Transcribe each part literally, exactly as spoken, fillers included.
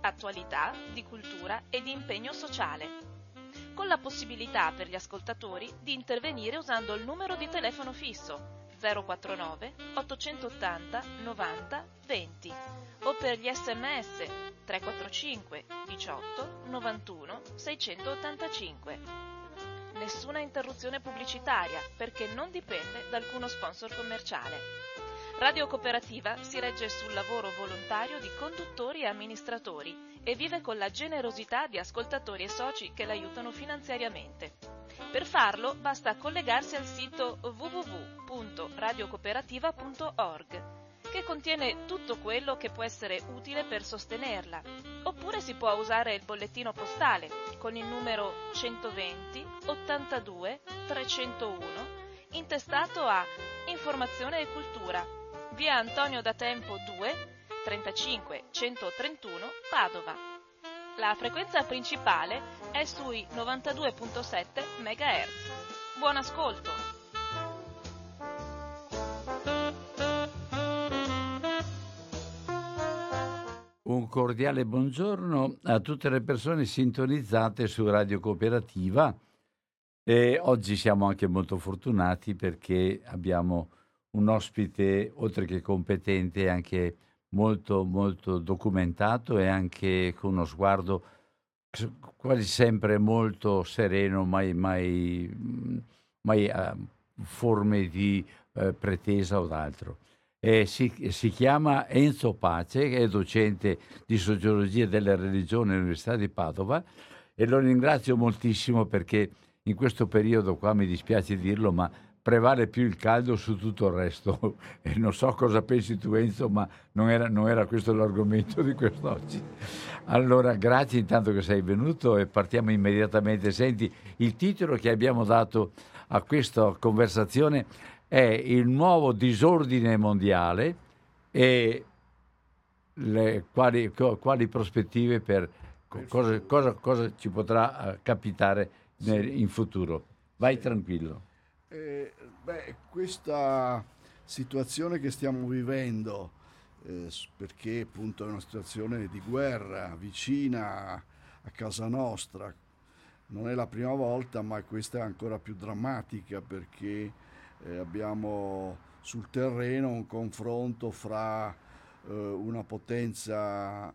attualità, di cultura e di impegno sociale, con la possibilità per gli ascoltatori di intervenire usando il numero di telefono fisso zero quattro nove ottocentottanta novanta venti o per gli sms tre quattro cinque diciotto novantuno seicentottantacinque. Nessuna interruzione pubblicitaria perché non dipende da alcuno sponsor commerciale. Radio Cooperativa si regge sul lavoro volontario di conduttori e amministratori e vive con la generosità di ascoltatori e soci che l'aiutano finanziariamente. Per farlo basta collegarsi al sito w w w punto radiocooperativa punto org, che contiene tutto quello che può essere utile per sostenerla, oppure si può usare il bollettino postale con il numero centoventi ottantadue trecentouno intestato a Informazione e Cultura, via Antonio da Tempo due, trentacinque centotrentuno Padova. La frequenza principale è sui novantadue virgola sette megahertz. Buon ascolto! Un cordiale buongiorno a tutte le persone sintonizzate su Radio Cooperativa. E oggi siamo anche molto fortunati perché abbiamo un ospite, oltre che competente, anche molto molto documentato e anche con uno sguardo quasi sempre molto sereno, mai, mai, mai uh, forme di uh, pretesa o d'altro. E si, si chiama Enzo Pace, che è docente di sociologia delle religioni all'Università di Padova, e lo ringrazio moltissimo perché in questo periodo qua, mi dispiace dirlo, ma prevale più il caldo su tutto il resto. E non so cosa pensi tu, Enzo, ma non era, non era questo l'argomento di quest'oggi. Allora, grazie intanto che sei venuto e partiamo immediatamente. Senti, il titolo che abbiamo dato a questa conversazione è Il nuovo disordine mondiale e le, quali, quali prospettive per, per cosa, cosa, cosa ci potrà capitare nel, in futuro. Vai, sì, tranquillo. Eh, beh, questa situazione che stiamo vivendo, eh, perché appunto è una situazione di guerra vicina a casa nostra, non è la prima volta, ma questa è ancora più drammatica perché eh, abbiamo sul terreno un confronto fra eh, una potenza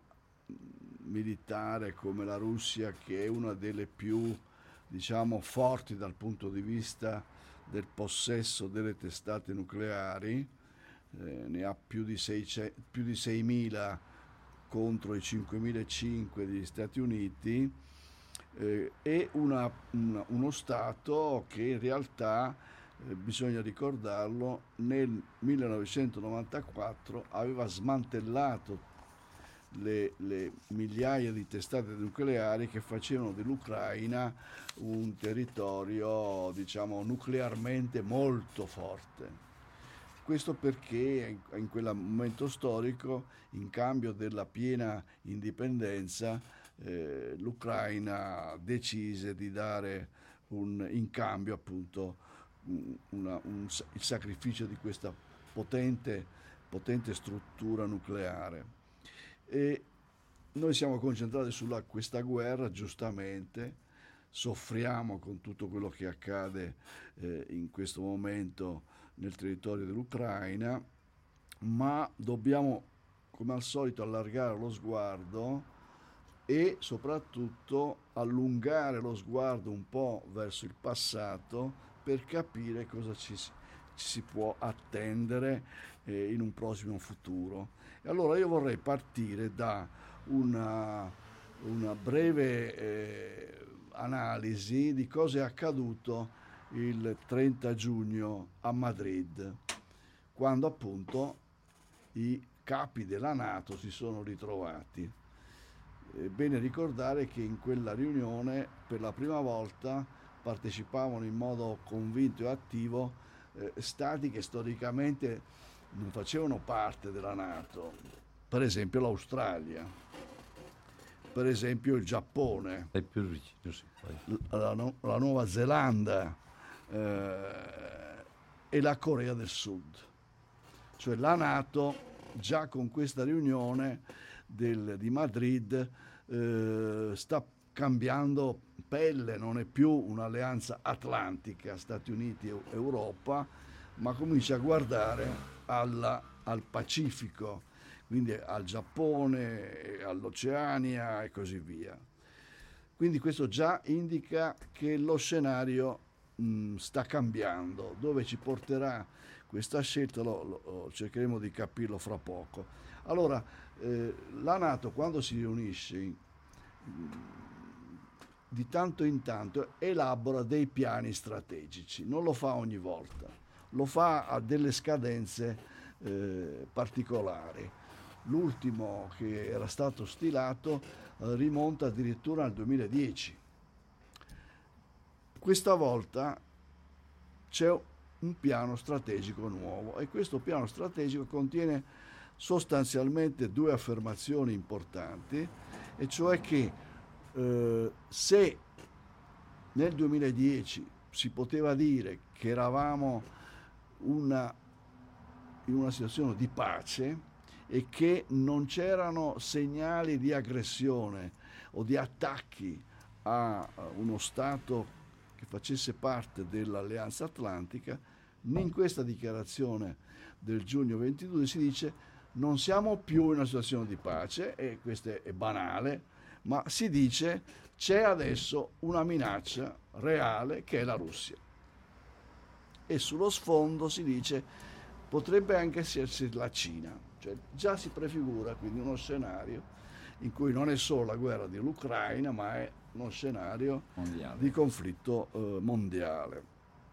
militare come la Russia, che è una delle più, diciamo, forti dal punto di vista del possesso delle testate nucleari, eh, ne ha più di, seicento, più di seimila contro i cinquemilacinquecento degli Stati Uniti, eh, e una, una, uno Stato che in realtà, eh, bisogna ricordarlo, nel millenovecentonovantaquattro aveva smantellato Le, le migliaia di testate nucleari che facevano dell'Ucraina un territorio, diciamo, nuclearmente molto forte. Questo perché in, in quel momento storico, in cambio della piena indipendenza, eh, l'Ucraina decise di dare un, in cambio appunto una, un, il sacrificio di questa potente, potente struttura nucleare. E noi siamo concentrati su questa guerra, giustamente, soffriamo con tutto quello che accade eh, in questo momento nel territorio dell'Ucraina, ma dobbiamo, come al solito, allargare lo sguardo e soprattutto allungare lo sguardo un po' verso il passato per capire cosa ci, ci si può attendere eh, in un prossimo futuro. E allora io vorrei partire da una, una breve eh, analisi di cosa è accaduto il trenta giugno a Madrid, quando appunto i capi della NATO si sono ritrovati. È bene ricordare che in quella riunione per la prima volta partecipavano in modo convinto e attivo eh, stati che storicamente non facevano parte della NATO, per esempio l'Australia, per esempio il Giappone, è più vicino, sì, la, la, la Nuova Zelanda eh, e la Corea del Sud. Cioè la NATO già con questa riunione del, di Madrid eh, sta cambiando pelle, non è più un'alleanza atlantica Stati Uniti e Europa, ma comincia a guardare alla, al Pacifico, quindi al Giappone, all'Oceania e così via. Quindi questo già indica che lo scenario mh, sta cambiando. Dove ci porterà questa scelta lo, lo, cercheremo di capirlo fra poco. Allora, eh, la NATO quando si riunisce mh, di tanto in tanto elabora dei piani strategici, non lo fa ogni volta, lo fa a delle scadenze eh, particolari. L'ultimo che era stato stilato eh, rimonta addirittura al duemiladieci. Questa volta c'è un piano strategico nuovo e questo piano strategico contiene sostanzialmente due affermazioni importanti, e cioè che eh, se nel duemiladieci si poteva dire che eravamo una, in una situazione di pace e che non c'erano segnali di aggressione o di attacchi a uno Stato che facesse parte dell'Alleanza Atlantica, in questa dichiarazione del giugno ventidue si dice non siamo più in una situazione di pace, e questo è banale, ma si dice c'è adesso una minaccia reale che è la Russia, e sullo sfondo si dice potrebbe anche esserci la Cina, cioè già si prefigura quindi uno scenario in cui non è solo la guerra dell'Ucraina, ma è uno scenario mondiale. Di conflitto eh, mondiale.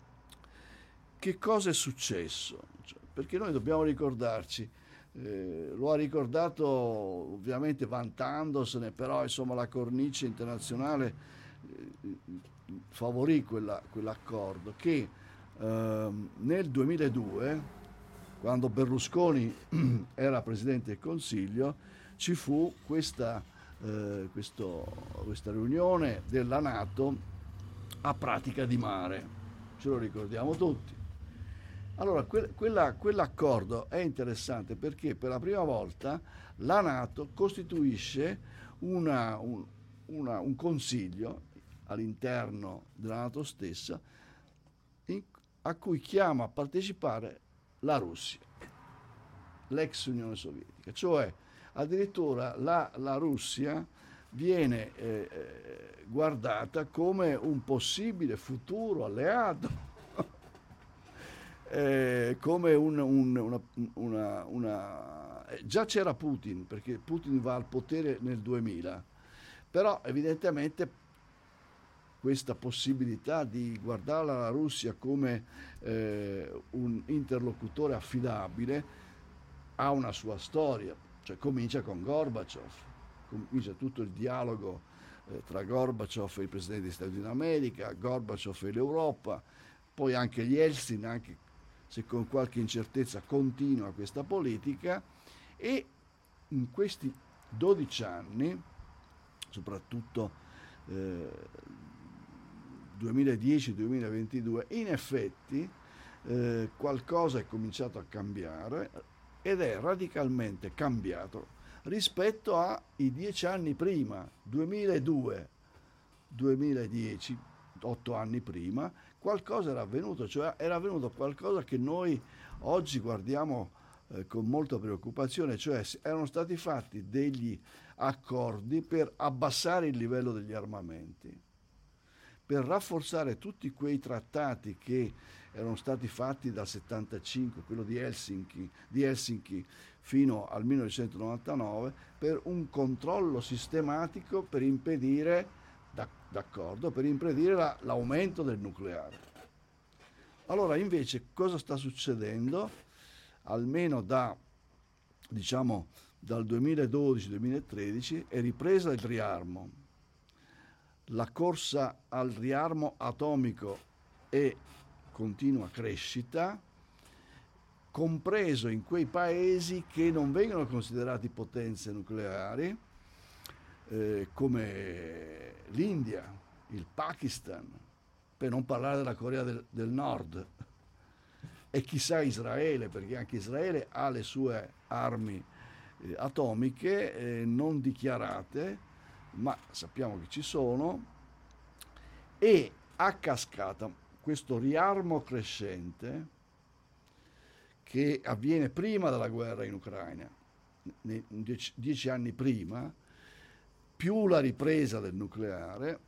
Che cosa è successo? Cioè, perché noi dobbiamo ricordarci, eh, lo ha ricordato ovviamente vantandosene, però insomma la cornice internazionale eh, favorì quella, quell'accordo che eh, nel duemiladue, quando Berlusconi era Presidente del Consiglio, ci fu questa, eh, questo, questa riunione della NATO a Pratica di Mare, ce lo ricordiamo tutti. Allora, que- quella, quell'accordo è interessante perché per la prima volta la NATO costituisce una, un, una, un consiglio all'interno della NATO stessa in, a cui chiama a partecipare la Russia, l'ex Unione Sovietica, cioè addirittura la, la Russia viene eh, guardata come un possibile futuro alleato, eh, come un, un, una, una, una... già c'era Putin, perché Putin va al potere nel duemila, però evidentemente questa possibilità di guardare la Russia come eh, un interlocutore affidabile ha una sua storia, cioè comincia con Gorbaciov, comincia tutto il dialogo eh, tra Gorbaciov e il Presidente degli Stati Uniti d'America, Gorbaciov e l'Europa, poi anche Yeltsin, anche se con qualche incertezza continua questa politica, e in questi dodici anni, soprattutto eh, duemiladieci duemilaventidue, in effetti eh, qualcosa è cominciato a cambiare ed è radicalmente cambiato rispetto ai dieci anni prima, duemiladue duemiladieci, otto anni prima, qualcosa era avvenuto, cioè era avvenuto qualcosa che noi oggi guardiamo eh, con molta preoccupazione, cioè erano stati fatti degli accordi per abbassare il livello degli armamenti, per rafforzare tutti quei trattati che erano stati fatti dal settantacinque, quello di Helsinki, di Helsinki fino al millenovecentonovantanove, per un controllo sistematico per impedire, d'accordo, per impedire la, l'aumento del nucleare. Allora invece cosa sta succedendo? Almeno da, diciamo, dal duemiladodici duemilatredici è ripresa il riarmo. La corsa al riarmo atomico è continua crescita, compreso in quei paesi che non vengono considerati potenze nucleari, eh, come l'India, il Pakistan, per non parlare della Corea del, del Nord, e chissà Israele, perché anche Israele ha le sue armi eh, atomiche eh, non dichiarate, ma sappiamo che ci sono, e a cascata questo riarmo crescente che avviene prima della guerra in Ucraina, dieci, dieci anni prima, più la ripresa del nucleare,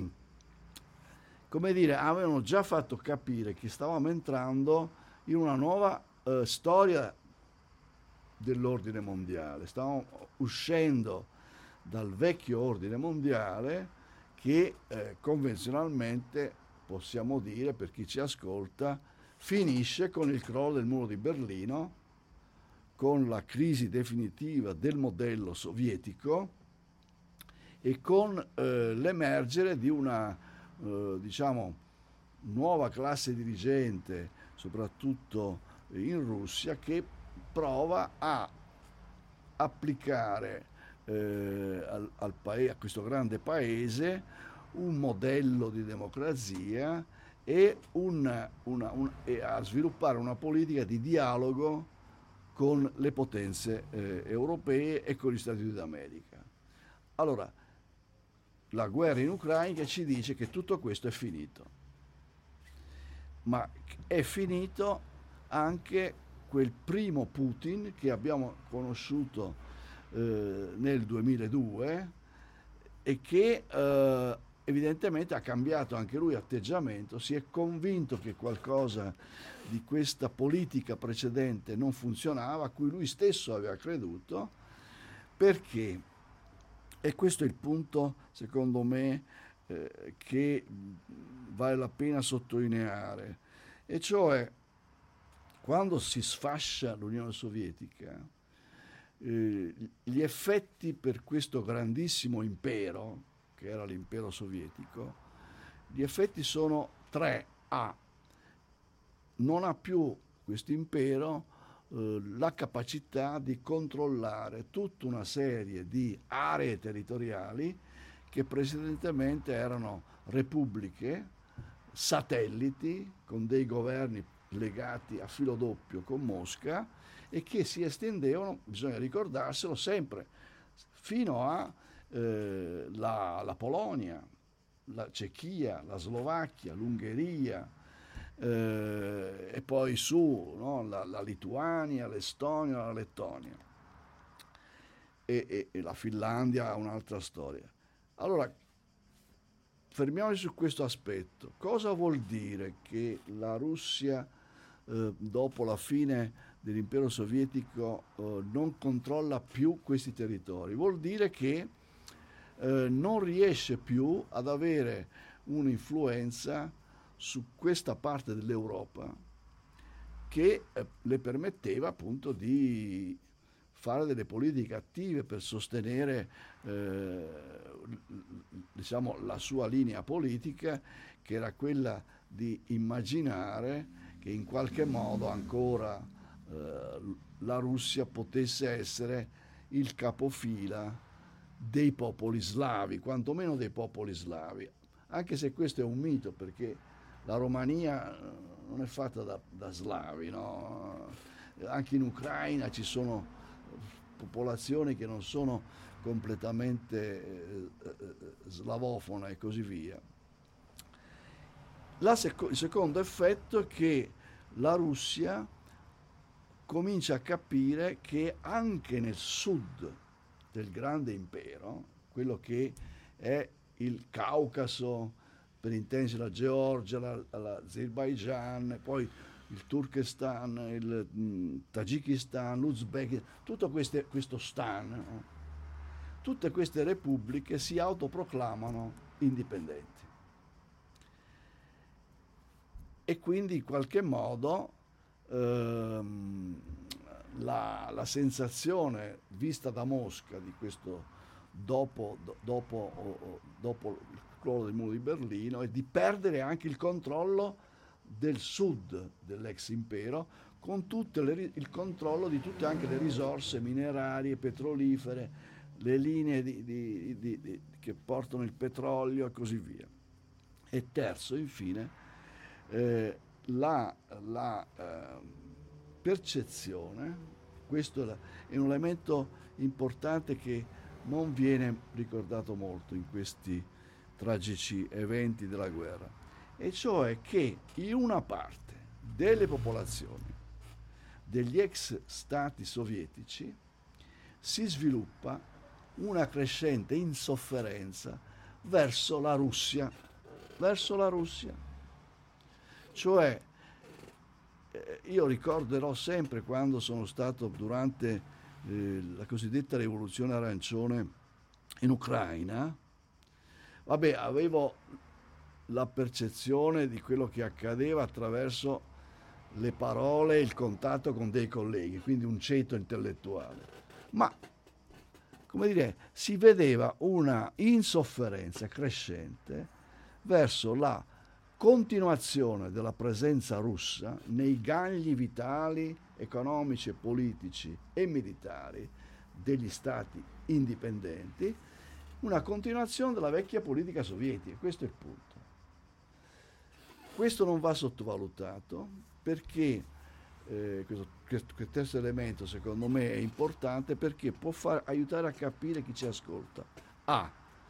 come dire, avevano già fatto capire che stavamo entrando in una nuova eh, storia dell'ordine mondiale, stavamo uscendo dal vecchio ordine mondiale che eh, convenzionalmente, possiamo dire, per chi ci ascolta, finisce con il crollo del muro di Berlino, con la crisi definitiva del modello sovietico e con eh, l'emergere di una, eh, diciamo, nuova classe dirigente, soprattutto in Russia, che prova a applicare eh, al, al paese, a questo grande paese un modello di democrazia e, un, una, un, e a sviluppare una politica di dialogo con le potenze eh, europee e con gli Stati Uniti d'America. Allora, la guerra in Ucraina ci dice che tutto questo è finito, ma è finito anche quel primo Putin che abbiamo conosciuto eh, nel duemiladue e che eh, evidentemente ha cambiato anche lui atteggiamento, si è convinto che qualcosa di questa politica precedente non funzionava, a cui lui stesso aveva creduto, perché, e questo è il punto secondo me eh, che vale la pena sottolineare, e cioè quando si sfascia l'Unione Sovietica, eh, gli effetti per questo grandissimo impero, che era l'impero sovietico, gli effetti sono tre. A, non ha più questo impero eh, la capacità di controllare tutta una serie di aree territoriali che precedentemente erano repubbliche, satelliti, con dei governi legati a filo doppio con Mosca e che si estendevano, bisogna ricordarselo sempre, fino a eh, la, la Polonia, la Cechia, la Slovacchia, l'Ungheria eh, e poi su no? la, la Lituania, l'Estonia, la Lettonia e, e, e la Finlandia ha un'altra storia. Allora, fermiamoci su questo aspetto. Cosa vuol dire che la Russia eh, dopo la fine dell'impero sovietico eh, non controlla più questi territori? Vuol dire che eh, non riesce più ad avere un'influenza su questa parte dell'Europa che eh, le permetteva appunto di fare delle politiche attive per sostenere eh, diciamo, la sua linea politica, che era quella di immaginare che in qualche modo ancora eh, la Russia potesse essere il capofila dei popoli slavi, quantomeno dei popoli slavi, anche se questo è un mito, perché la Romania non è fatta da, da slavi, no? Anche in Ucraina ci sono popolazioni che non sono completamente eh, eh, slavofone e così via. La sec- il secondo effetto è che la Russia comincia a capire che anche nel sud del grande impero, quello che è il Caucaso, per intendersi la Georgia, la, l'Azerbaigian, poi il Turkestan, il mh, Tagikistan, l'Uzbekistan, tutto queste, questo stan, no? Tutte queste repubbliche si autoproclamano indipendenti. E quindi in qualche modo ehm, la, la sensazione vista da Mosca di questo dopo, do, dopo, dopo il crollo del muro di Berlino è di perdere anche il controllo del sud dell'ex impero, con tutto le, il controllo di tutte anche le risorse minerarie, petrolifere, le linee di, di, di, di, che portano il petrolio e così via. E terzo, infine, eh, la, la eh, percezione, questo è un elemento importante che non viene ricordato molto in questi tragici eventi della guerra, e cioè che in una parte delle popolazioni degli ex stati sovietici si sviluppa una crescente insofferenza verso la Russia, verso la Russia. Cioè, eh, io ricorderò sempre quando sono stato durante eh, la cosiddetta rivoluzione arancione in Ucraina, vabbè, avevo la percezione di quello che accadeva attraverso le parole e il contatto con dei colleghi, quindi un ceto intellettuale. Ma, come dire, si vedeva una insofferenza crescente verso la continuazione della presenza russa nei gangli vitali, economici, politici e militari degli stati indipendenti, una continuazione della vecchia politica sovietica. Questo è il punto. Questo non va sottovalutato, perché eh, questo, questo terzo elemento secondo me è importante, perché può far, aiutare a capire chi ci ascolta. A.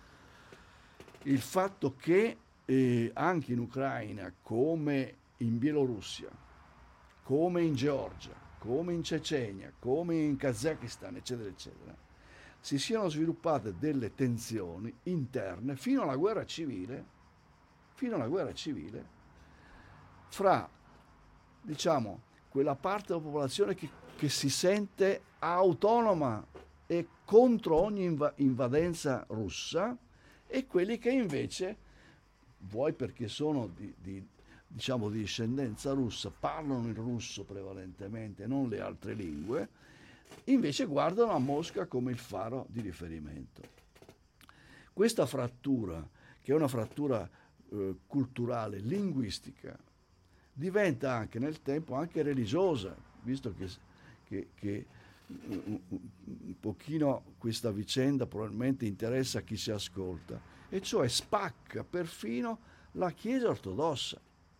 Il fatto che eh, anche in Ucraina, come in Bielorussia, come in Georgia, come in Cecenia, come in Kazakistan, eccetera, eccetera, si siano sviluppate delle tensioni interne fino alla guerra civile, fino alla guerra civile, fra, diciamo, quella parte della popolazione che, che si sente autonoma e contro ogni inv- invadenza russa, e quelli che invece, vuoi perché sono di, di, diciamo, di discendenza russa, parlano il russo prevalentemente, non le altre lingue, invece guardano a Mosca come il faro di riferimento. Questa frattura, che è una frattura eh, culturale, linguistica, diventa anche nel tempo anche religiosa, visto che, che, che un, un pochino questa vicenda probabilmente interessa chi si ascolta, e cioè spacca perfino la Chiesa ortodossa.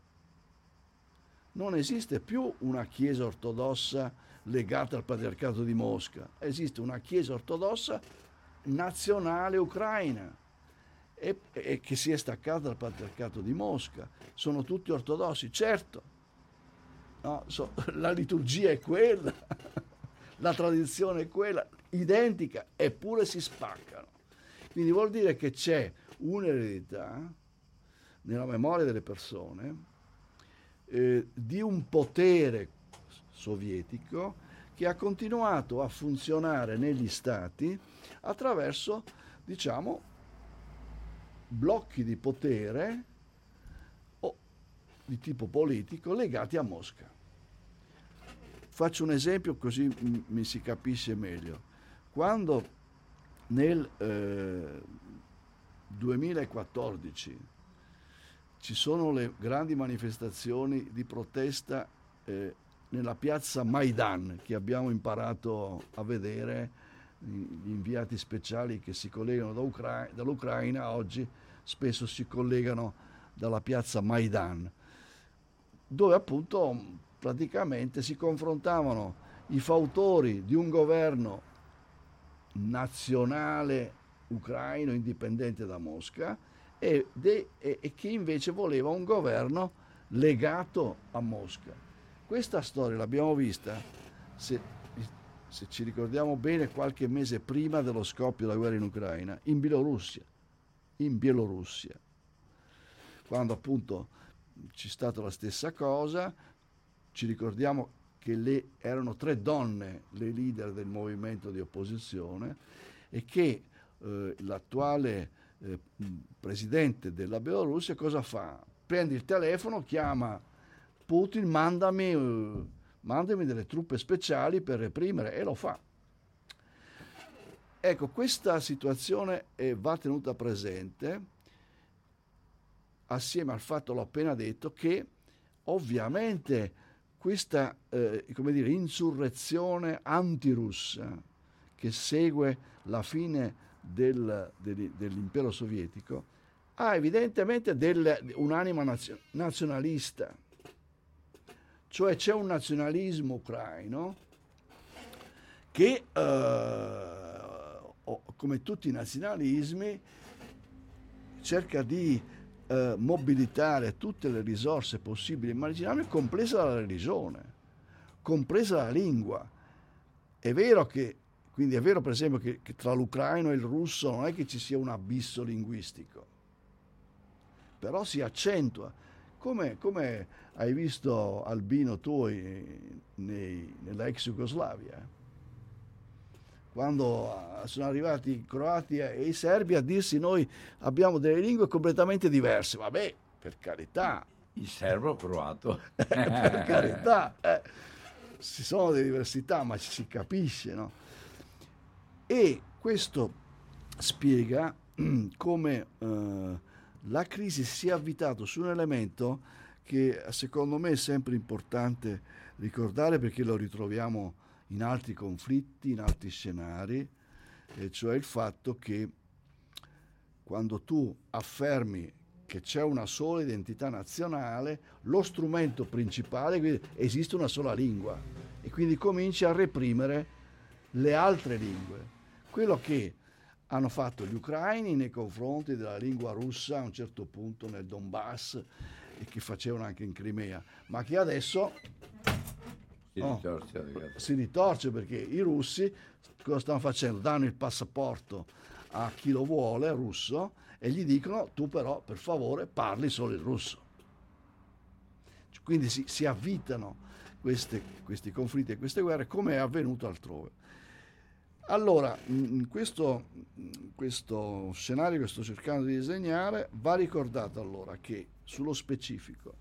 Non esiste più una Chiesa ortodossa legata al Patriarcato di Mosca, esiste una Chiesa ortodossa nazionale ucraina, e, e che si è staccata dal Patriarcato di Mosca. Sono tutti ortodossi, certo, no, so, la liturgia è quella, la tradizione è quella, identica, eppure si spaccano. Quindi vuol dire che c'è un'eredità nella memoria delle persone eh, di un potere sovietico che ha continuato a funzionare negli stati attraverso, diciamo, blocchi di potere o di tipo politico legati a Mosca. Faccio un esempio così m- mi si capisce meglio. Quando nel eh, duemilaquattordici ci sono le grandi manifestazioni di protesta eh, nella piazza Maidan, che abbiamo imparato a vedere, gli inviati speciali che si collegano da Ucra- dall'Ucraina oggi spesso si collegano dalla piazza Maidan, dove appunto praticamente si confrontavano i fautori di un governo nazionale ucraino indipendente da Mosca e, de- e-, e chi invece voleva un governo legato a Mosca. Questa storia l'abbiamo vista, se, se ci ricordiamo bene, qualche mese prima dello scoppio della guerra in Ucraina, in Bielorussia. in Bielorussia, quando appunto c'è stata la stessa cosa. Ci ricordiamo che le, erano tre donne le leader del movimento di opposizione, e che eh, l'attuale eh, presidente della Bielorussia cosa fa? Prende il telefono, chiama Putin, mandami, eh, mandami delle truppe speciali per reprimere, e lo fa. Ecco, questa situazione eh, va tenuta presente assieme al fatto, l'ho appena detto, che ovviamente questa eh, come dire, insurrezione antirussa che segue la fine del, del, dell'impero sovietico ha evidentemente del, un'anima nazio, nazionalista, cioè c'è un nazionalismo ucraino che eh, come tutti i nazionalismi cerca di eh, mobilitare tutte le risorse possibili e immaginabili, compresa la religione, compresa la lingua. È vero che, quindi è vero per esempio che, che tra l'ucraino e il russo non è che ci sia un abisso linguistico, però si accentua. Come, come hai visto, Albino, tu nei, nella ex Jugoslavia, quando sono arrivati i croati e i serbi a dirsi noi abbiamo delle lingue completamente diverse. Vabbè, per carità. Il serbo-croato. per carità. Eh. Ci sono delle diversità, ma ci si capisce, no? E questo spiega come eh, la crisi si è avvitato su un elemento che secondo me è sempre importante ricordare, perché lo ritroviamo in altri conflitti, in altri scenari, e cioè il fatto che quando tu affermi che c'è una sola identità nazionale, lo strumento principale è che esiste una sola lingua, e quindi cominci a reprimere le altre lingue. Quello che hanno fatto gli ucraini nei confronti della lingua russa a un certo punto nel Donbass, e che facevano anche in Crimea, ma che adesso si, no, ritorce, si ritorce, perché i russi cosa stanno facendo? Danno il passaporto a chi lo vuole russo e gli dicono tu però per favore parli solo il russo. Quindi si, si avvitano queste, questi conflitti e queste guerre, come è avvenuto altrove. Allora, in questo, in questo scenario che sto cercando di disegnare, va ricordato allora che sullo specifico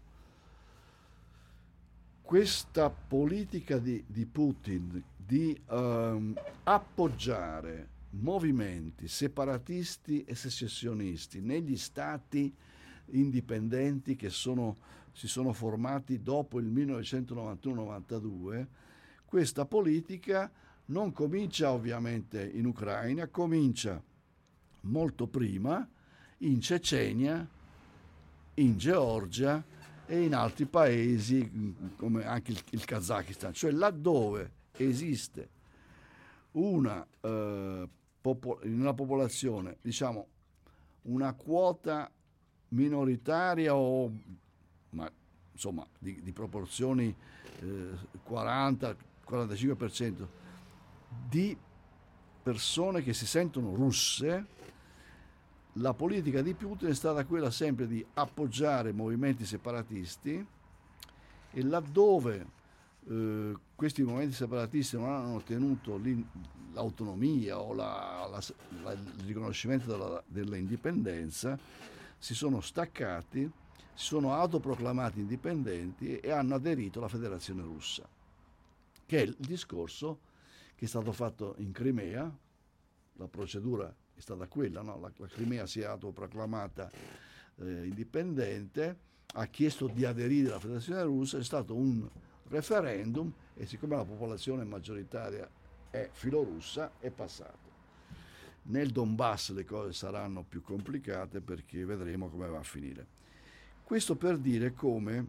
questa politica di, di Putin di um, appoggiare movimenti separatisti e secessionisti negli stati indipendenti che sono, si sono formati dopo il millenovecentonovantuno novantadue, questa politica non comincia ovviamente in Ucraina, comincia molto prima in Cecenia, in Georgia e in altri paesi come anche il, il Kazakistan, cioè laddove esiste una, eh, popo- in una popolazione, diciamo, una quota minoritaria o ma, insomma di, di proporzioni eh, quaranta quarantacinque per cento di persone che si sentono russe, la politica di Putin è stata quella sempre di appoggiare movimenti separatisti, e laddove eh, questi movimenti separatisti non hanno ottenuto l'autonomia o la, la, la, il riconoscimento della, dell'indipendenza, si sono staccati, si sono autoproclamati indipendenti e hanno aderito alla Federazione Russa, che è il discorso che è stato fatto in Crimea. La procedura è stata quella, no? la, la Crimea si è autoproclamata eh, indipendente, ha chiesto di aderire alla Federazione Russa, è stato un referendum e siccome la popolazione maggioritaria è filorussa è passato. Nel Donbass le cose saranno più complicate perché vedremo come va a finire. Questo per dire come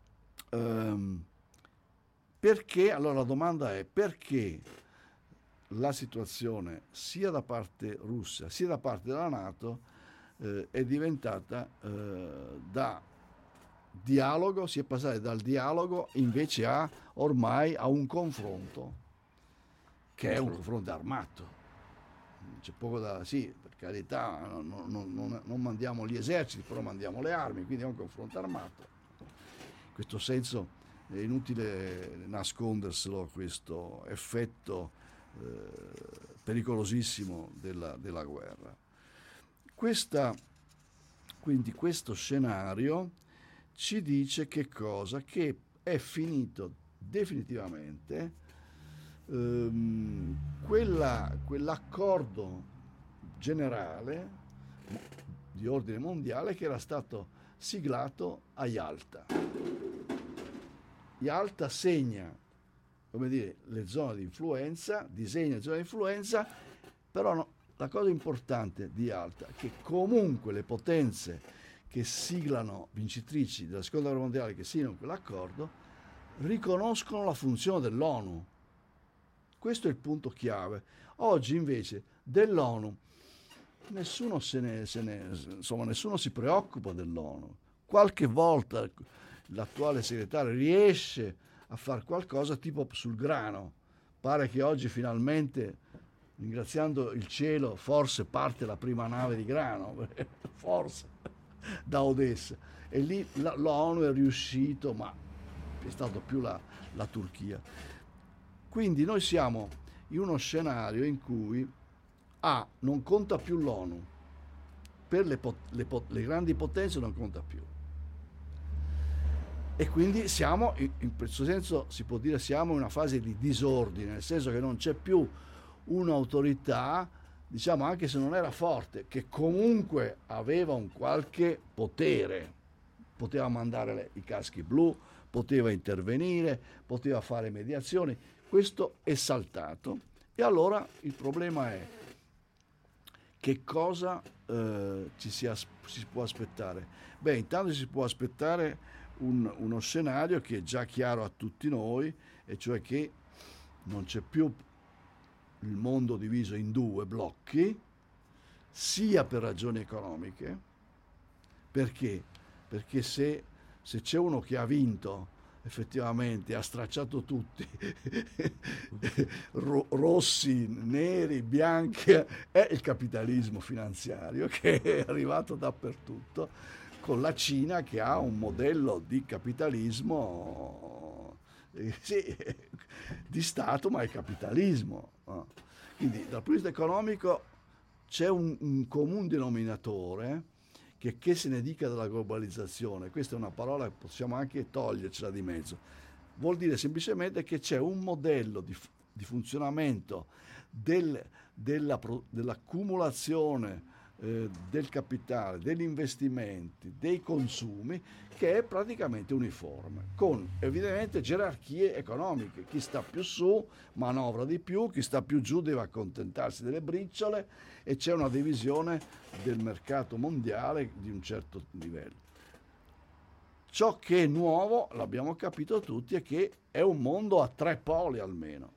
ehm, perché, allora la domanda è perché la situazione sia da parte russa sia da parte della NATO eh, è diventata eh, da dialogo, si è passati dal dialogo invece a ormai a un confronto che è un confronto armato. C'è poco da, sì, per carità, non, non, non, non mandiamo gli eserciti, però mandiamo le armi, quindi è un confronto armato. In questo senso è inutile nasconderselo questo effetto eh, pericolosissimo della, della guerra. Questa, quindi questo scenario ci dice che cosa? Che è finito definitivamente ehm, quella, quell'accordo generale di ordine mondiale che era stato siglato a Yalta. Yalta segna, come dire, le zone di influenza, disegna le zone di influenza, però no, la cosa importante di Yalta è che comunque le potenze che siglano, vincitrici della seconda guerra mondiale, che siglano quell'accordo, riconoscono la funzione dell'ONU. Questo è il punto chiave. Oggi invece dell'ONU nessuno se ne, se ne insomma nessuno si preoccupa dell'ONU. Qualche volta l'attuale segretario riesce a fare qualcosa tipo sul grano. Pare che oggi finalmente, ringraziando il cielo, forse parte la prima nave di grano, forse, da Odessa. E lì l'ONU è riuscito, ma è stato più la, la Turchia. Quindi noi siamo in uno scenario in cui A, non conta più l'ONU, per le, le, le grandi potenze non conta più. E quindi siamo, in questo senso si può dire, siamo in una fase di disordine, nel senso che non c'è più un'autorità, diciamo anche se non era forte, che comunque aveva un qualche potere, poteva mandare le, i caschi blu, poteva intervenire, poteva fare mediazioni. Questo è saltato e allora il problema è che cosa eh, ci si, as- si può aspettare? Beh, intanto si può aspettare un, uno scenario che è già chiaro a tutti noi, e cioè che non c'è più il mondo diviso in due blocchi, sia per ragioni economiche, perché? Perché se, se c'è uno che ha vinto effettivamente, ha stracciato tutti, rossi, neri, bianchi, è il capitalismo finanziario che è arrivato dappertutto, con la Cina che ha un modello di capitalismo eh, sì, di Stato, ma è capitalismo. Quindi dal punto di vista economico c'è un, un comune denominatore, che, che se ne dica della globalizzazione, questa è una parola che possiamo anche togliercela di mezzo, vuol dire semplicemente che c'è un modello di, di funzionamento del, della, dell'accumulazione eh, del capitale, degli investimenti, dei consumi, che è praticamente uniforme, con evidentemente gerarchie economiche. Chi sta più su manovra di più, chi sta più giù deve accontentarsi delle briciole, e c'è una divisione del mercato mondiale di un certo livello. Ciò che è nuovo, l'abbiamo capito tutti, è che è un mondo a tre poli almeno,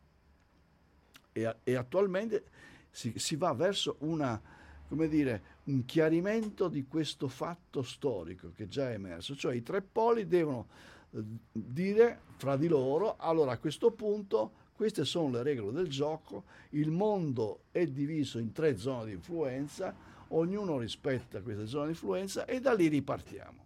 e, e attualmente si, si va verso una, come dire, un chiarimento di questo fatto storico che già è emerso, cioè i tre poli devono eh, dire fra di loro: allora a questo punto queste sono le regole del gioco, il mondo è diviso in tre zone di influenza, ognuno rispetta queste zone di influenza e da lì ripartiamo.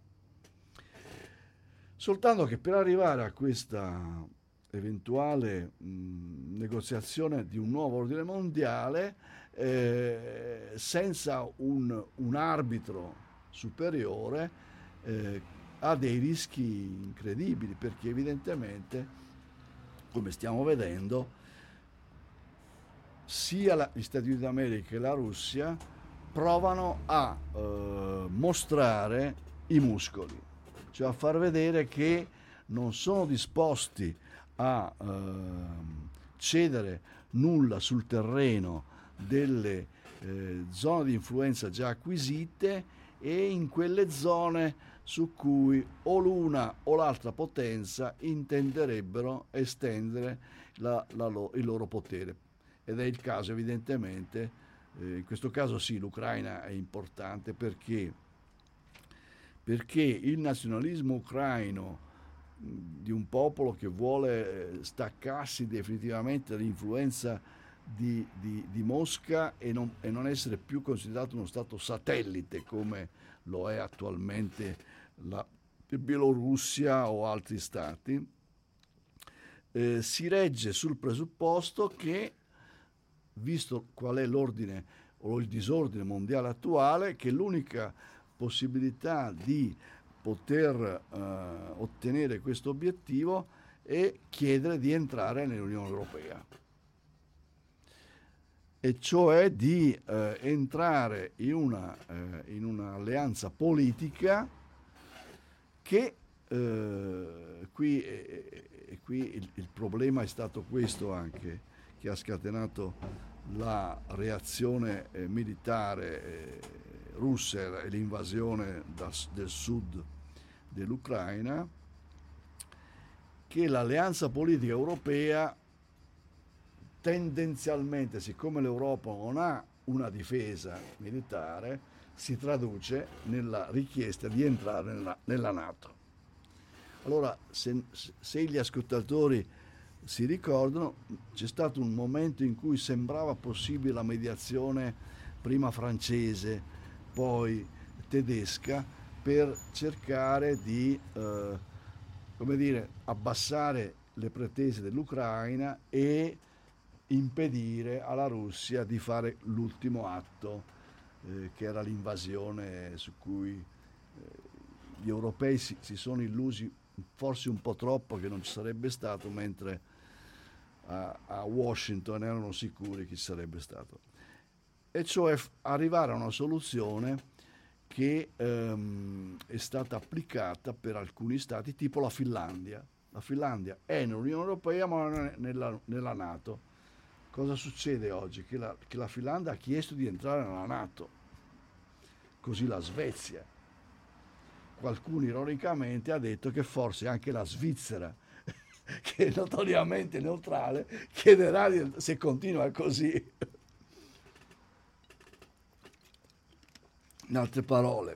Soltanto che per arrivare a questa eventuale mh, negoziazione di un nuovo ordine mondiale, eh, senza un, un arbitro superiore, eh, ha dei rischi incredibili, perché evidentemente, come stiamo vedendo, sia la, gli Stati Uniti d'America che la Russia provano a eh, mostrare i muscoli, cioè a far vedere che non sono disposti a eh, cedere nulla sul terreno delle eh, zone di influenza già acquisite, e in quelle zone su cui o l'una o l'altra potenza intenderebbero estendere la, la lo, il loro potere. Ed è il caso evidentemente, eh, in questo caso sì, l'Ucraina è importante, perché, perché il nazionalismo ucraino di un popolo che vuole staccarsi definitivamente dall'influenza di, di, di Mosca e non, e non essere più considerato uno stato satellite come lo è attualmente la Bielorussia o altri stati, eh, si regge sul presupposto che, visto qual è l'ordine o il disordine mondiale attuale, che l'unica possibilità di poter eh, ottenere questo obiettivo è chiedere di entrare nell'Unione Europea, e cioè di eh, entrare in una eh, in un'alleanza politica che eh, qui, eh, qui il, il problema è stato questo anche, che ha scatenato la reazione eh, militare eh, russa e l'invasione da, del sud dell'Ucraina, che l'alleanza politica europea tendenzialmente, siccome l'Europa non ha una difesa militare, si traduce nella richiesta di entrare nella, nella NATO. Allora, se, se gli ascoltatori si ricordano, c'è stato un momento in cui sembrava possibile la mediazione prima francese, poi tedesca, per cercare di eh, come dire, abbassare le pretese dell'Ucraina e impedire alla Russia di fare l'ultimo atto, eh, che era l'invasione su cui eh, gli europei si, si sono illusi forse un po' troppo che non ci sarebbe stato, mentre a, a Washington erano sicuri che ci sarebbe stato. E cioè f- arrivare a una soluzione che ehm, è stata applicata per alcuni stati, tipo la Finlandia. La Finlandia è nell'Unione Europea ma non è nella, nella NATO. Cosa succede oggi? Che la, che la Finlandia ha chiesto di entrare nella NATO, così la Svezia. Qualcuno ironicamente ha detto che forse anche la Svizzera, che è notoriamente neutrale, chiederà di, se continua così. In altre parole,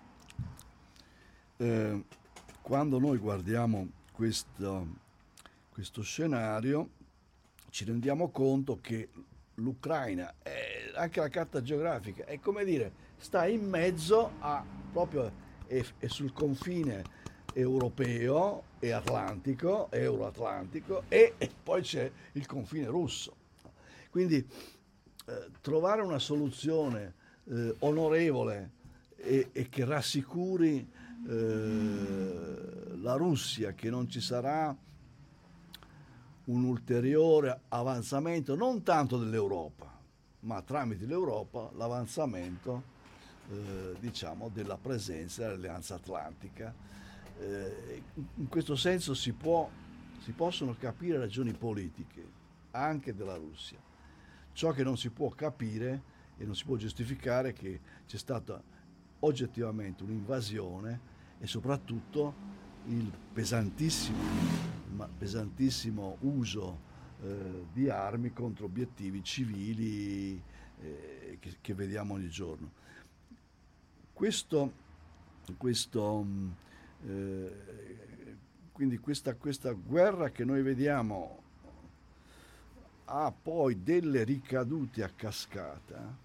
eh, quando noi guardiamo questo, questo scenario, ci rendiamo conto che l'Ucraina, è, anche la carta geografica, è come dire, sta in mezzo a, proprio è, è sul confine europeo e atlantico, euroatlantico, e, e poi c'è il confine russo. Quindi eh, trovare una soluzione eh, onorevole e, e che rassicuri eh, la Russia che non ci sarà un ulteriore avanzamento, non tanto dell'Europa, ma tramite l'Europa l'avanzamento eh, diciamo della presenza dell'Alleanza Atlantica. Eh, in questo senso si, può, si possono capire ragioni politiche anche della Russia. Ciò che non si può capire e non si può giustificare è che c'è stata oggettivamente un'invasione e soprattutto il pesantissimo, pesantissimo uso eh, di armi contro obiettivi civili eh, che, che vediamo ogni giorno. Questo, questo eh, quindi questa, questa guerra che noi vediamo ha poi delle ricadute a cascata,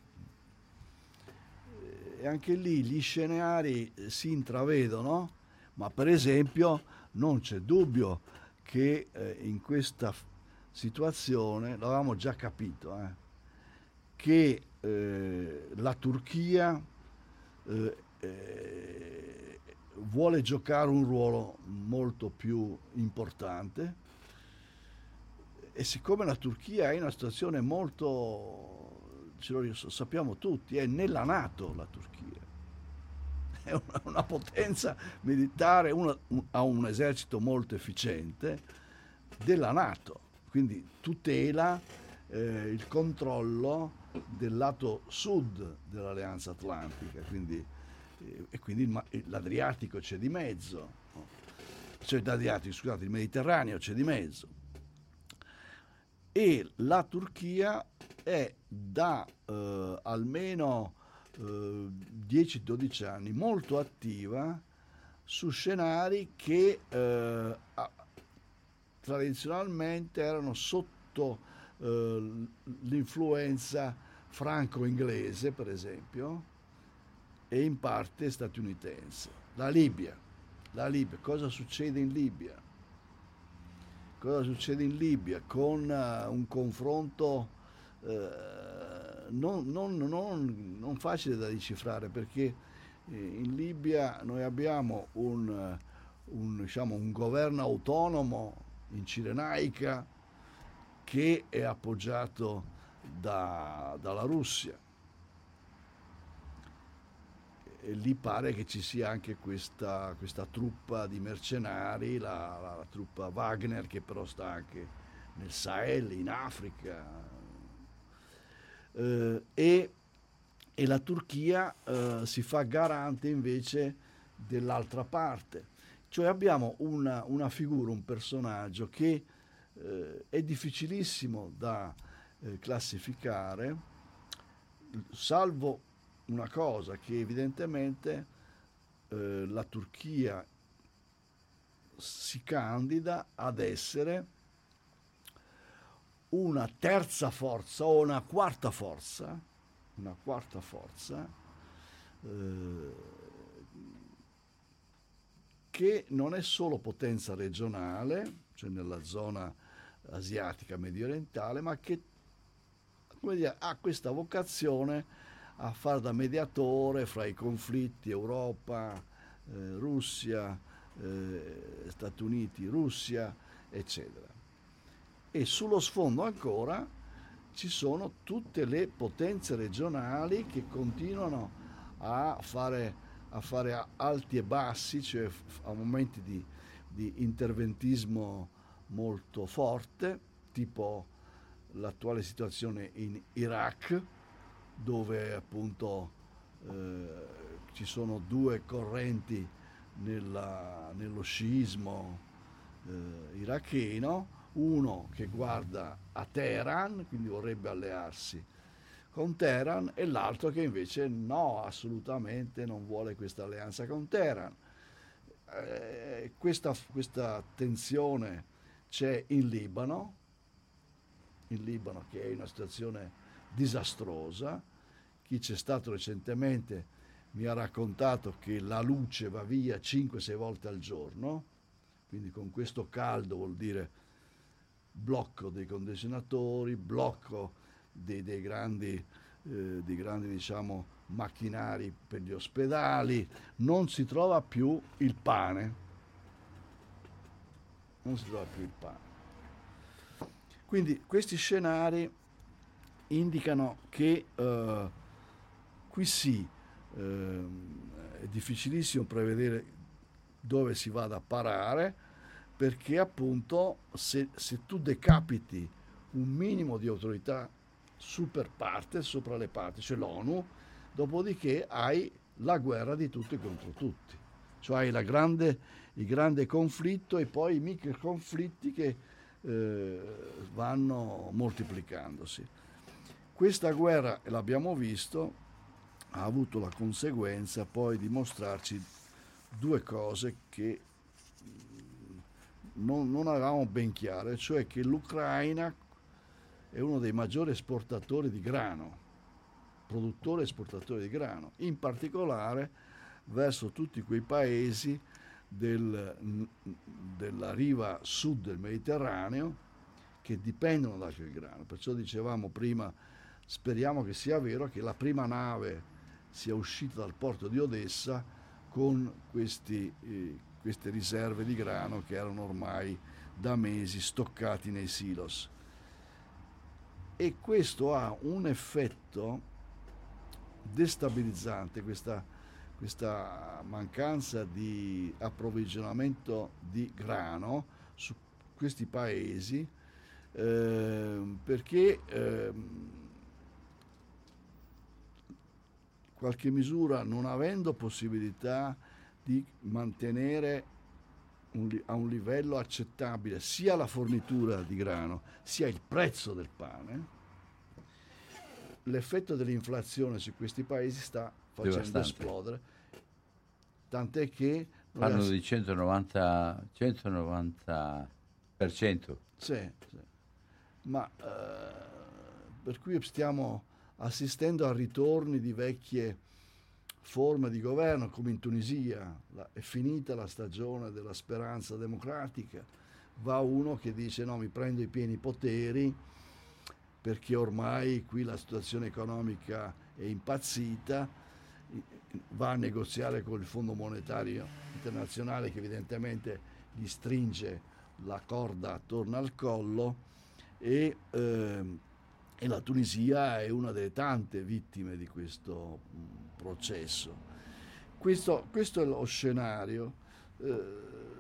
e anche lì gli scenari si intravedono, ma per esempio non c'è dubbio che eh, in questa f- situazione, l'avevamo già capito, eh, che eh, la Turchia eh, eh, vuole giocare un ruolo molto più importante, e siccome la Turchia è in una situazione molto, ce lo sappiamo tutti, è nella NATO la Turchia, è una, una potenza militare, una, un, ha un esercito molto efficiente della NATO, quindi tutela eh, il controllo del lato sud dell'Alleanza Atlantica, quindi, eh, e quindi il, l'Adriatico c'è di mezzo, no? Cioè l'Adriatico, scusate, il Mediterraneo c'è di mezzo. E la Turchia è da eh, almeno eh, dieci dodici anni molto attiva su scenari che eh, tradizionalmente erano sotto eh, l'influenza franco-inglese, per esempio, e in parte statunitense. La Libia, la Libia, cosa succede in Libia? Cosa succede in Libia con uh, un confronto uh, non, non, non, non facile da decifrare, perché eh, in Libia noi abbiamo un, uh, un, diciamo, un governo autonomo in Cirenaica che è appoggiato da, dalla Russia, e lì pare che ci sia anche questa, questa truppa di mercenari, la, la, la truppa Wagner, che però sta anche nel Sahel, in Africa, eh, e, e la Turchia eh, si fa garante invece dell'altra parte. Cioè abbiamo una, una figura, un personaggio che eh, è difficilissimo da eh, classificare, salvo una cosa, che evidentemente eh, la Turchia si candida ad essere una terza forza o una quarta forza, una quarta forza eh, che non è solo potenza regionale, cioè nella zona asiatica medio orientale, ma che, come dire, ha questa vocazione a fare da mediatore fra i conflitti Europa, eh, Russia, eh, Stati Uniti, Russia, eccetera. E sullo sfondo ancora ci sono tutte le potenze regionali che continuano a fare, a fare alti e bassi, cioè a momenti di, di interventismo molto forte, tipo l'attuale situazione in Iraq, dove appunto eh, ci sono due correnti nella, nello sciismo eh, iracheno, uno che guarda a Teheran, quindi vorrebbe allearsi con Teheran, e l'altro che invece no, assolutamente non vuole questa alleanza con Teheran. Eh, questa, questa tensione c'è in Libano, in Libano che è una situazione disastrosa. Chi c'è stato recentemente mi ha raccontato che la luce va via cinque sei volte al giorno, quindi con questo caldo vuol dire blocco dei condizionatori, blocco dei, dei grandi, eh, dei grandi diciamo, macchinari per gli ospedali, non si trova più il pane, non si trova più il pane. Quindi questi scenari indicano che eh, qui sì, eh, è difficilissimo prevedere dove si vada a parare, perché appunto se, se tu decapiti un minimo di autorità super partes, sopra le parti, cioè l'ONU, dopodiché hai la guerra di tutti contro tutti, cioè hai la grande, il grande conflitto e poi i micro conflitti che eh, vanno moltiplicandosi. Questa guerra, e l'abbiamo visto, ha avuto la conseguenza poi di mostrarci due cose che non, non avevamo ben chiare, cioè che l'Ucraina è uno dei maggiori esportatori di grano, produttore e esportatore di grano, in particolare verso tutti quei paesi del, della riva sud del Mediterraneo che dipendono da quel grano. Perciò dicevamo prima, speriamo che sia vero che la prima nave sia uscita dal porto di Odessa con questi, eh, queste riserve di grano che erano ormai da mesi stoccati nei silos. E questo ha un effetto destabilizzante, questa, questa mancanza di approvvigionamento di grano su questi paesi, eh, perché eh, qualche misura, non avendo possibilità di mantenere un, a un livello accettabile sia la fornitura di grano sia il prezzo del pane, l'effetto dell'inflazione su questi paesi sta facendo devastante. esplodere, tant'è che parlano di centonovanta per cento. Sì, sì. Ma eh, per cui stiamo assistendo a ritorni di vecchie forme di governo, come in Tunisia. La, è finita la stagione della speranza democratica, va uno che dice no, mi prendo i pieni poteri perché ormai qui la situazione economica è impazzita, va a negoziare con il Fondo Monetario Internazionale che evidentemente gli stringe la corda attorno al collo e, eh, e la Tunisia è una delle tante vittime di questo mh, processo. Questo, questo è lo scenario. Eh,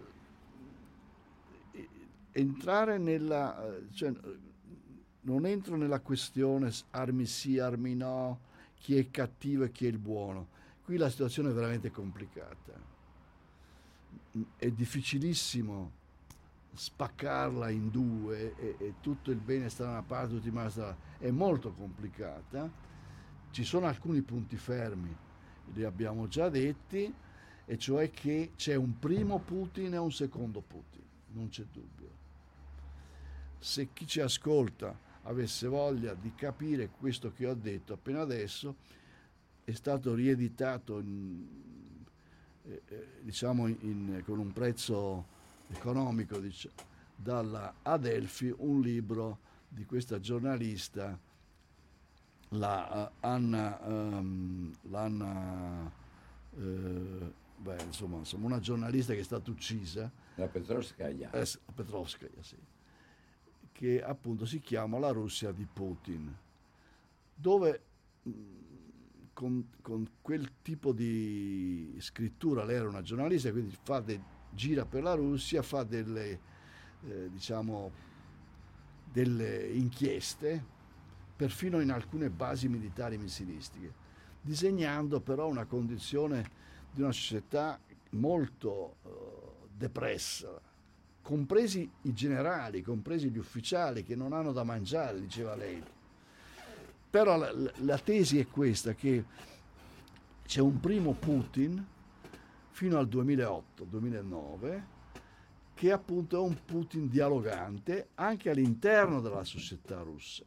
entrare nella... Cioè, non entro nella questione armi sì, armi no, chi è cattivo e chi è il buono. Qui la situazione è veramente complicata. È difficilissimo spaccarla in due e, e tutto il bene sta da una parte, tutto il male sta dall'altra, è molto complicata. Ci sono alcuni punti fermi, li abbiamo già detti, e cioè che c'è un primo Putin e un secondo Putin, non c'è dubbio. Se chi ci ascolta avesse voglia di capire questo che ho detto appena adesso, è stato rieditato in, eh, diciamo in, con un prezzo economico, diciamo, dalla Adelphi, un libro di questa giornalista, la uh, Anna, um, l'Anna uh, beh, insomma, insomma una giornalista che è stata uccisa, la Petrovskaya, eh, Petrovskaya, sì, che appunto si chiama La Russia di Putin, dove con, con quel tipo di scrittura, lei era una giornalista, quindi fa de, gira per la Russia, fa delle eh, diciamo delle inchieste perfino in alcune basi militari missilistiche, disegnando però una condizione di una società molto uh, depressa, compresi i generali, compresi gli ufficiali che non hanno da mangiare, diceva lei. Però la, la tesi è questa, che c'è un primo Putin fino al duemilaotto duemilanove, che appunto è un Putin dialogante anche all'interno della società russa,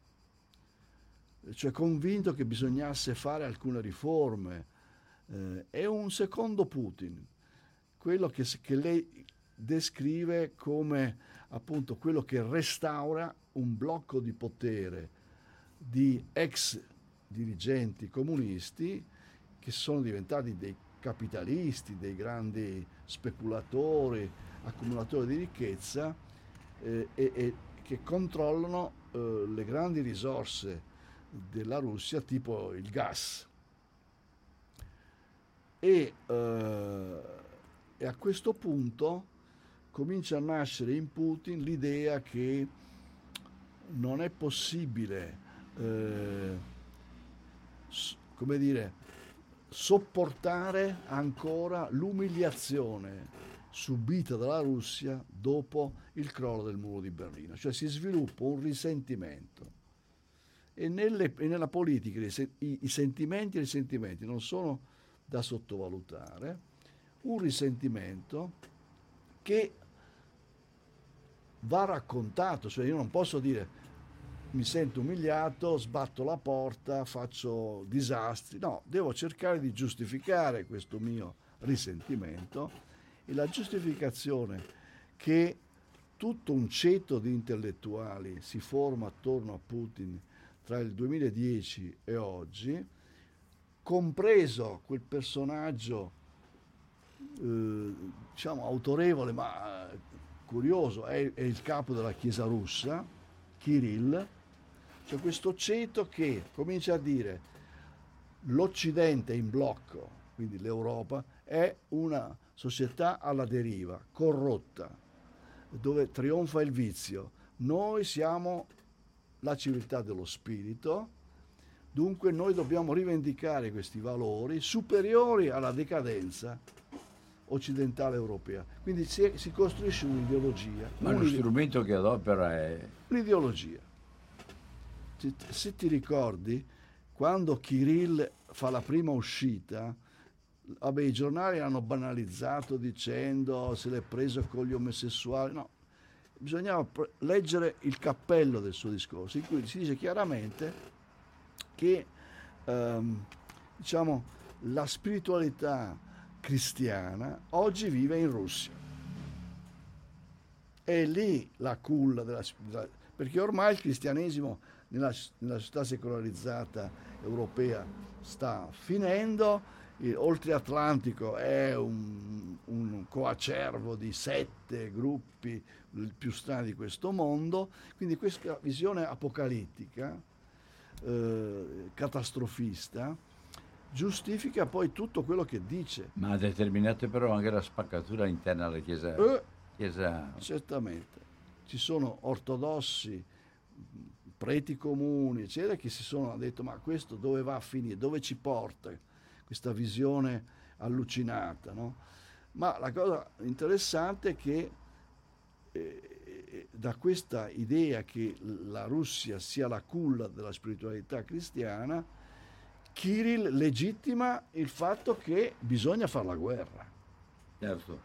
cioè convinto che bisognasse fare alcune riforme. Eh, è un secondo Putin, quello che, che lei descrive come appunto quello che restaura un blocco di potere di ex dirigenti comunisti che sono diventati dei capitalisti, dei grandi speculatori, accumulatori di ricchezza, eh, e, e che controllano eh, le grandi risorse della Russia, tipo il gas. E, eh, e a questo punto comincia a nascere in Putin l'idea che non è possibile eh, come dire, sopportare ancora l'umiliazione subita dalla Russia dopo il crollo del muro di Berlino, cioè si sviluppa un risentimento. E, nelle, e nella politica i, i sentimenti e i risentimenti non sono da sottovalutare. Un risentimento che va raccontato, cioè io non posso dire mi sento umiliato, sbatto la porta, faccio disastri, no, devo cercare di giustificare questo mio risentimento, e la giustificazione che tutto un ceto di intellettuali si forma attorno a Putin tra il duemiladieci e oggi, compreso quel personaggio eh, diciamo autorevole ma curioso, è, è il capo della Chiesa russa, Kirill. C'è questo ceto che comincia a dire l'Occidente in blocco, quindi l'Europa, è una società alla deriva, corrotta, dove trionfa il vizio. Noi siamo la civiltà dello spirito, dunque noi dobbiamo rivendicare questi valori superiori alla decadenza occidentale europea. Quindi si, si costruisce un'ideologia. Ma lo strumento che adopera è l'ideologia. Se ti ricordi, quando Kirill fa la prima uscita, vabbè, i giornali hanno banalizzato dicendo se l'è preso con gli omosessuali. No, bisognava leggere il cappello del suo discorso, in cui si dice chiaramente che ehm, diciamo, la spiritualità cristiana oggi vive in Russia. È lì la culla della, della, perché ormai il cristianesimo nella, nella società secolarizzata europea sta finendo. Il, oltre Atlantico è un, un coacervo di sette gruppi, il più strani di questo mondo, quindi questa visione apocalittica, eh, catastrofista, giustifica poi tutto quello che dice. Ma ha determinato però anche la spaccatura interna alla Chiesa. Eh, chiesa... Certamente. Ci sono ortodossi, preti comuni, eccetera, che si sono detto ma questo dove va a finire, dove ci porta questa visione allucinata, no? Ma la cosa interessante è che eh, da questa idea che la Russia sia la culla della spiritualità cristiana, Kirill legittima il fatto che bisogna fare la guerra. Certo.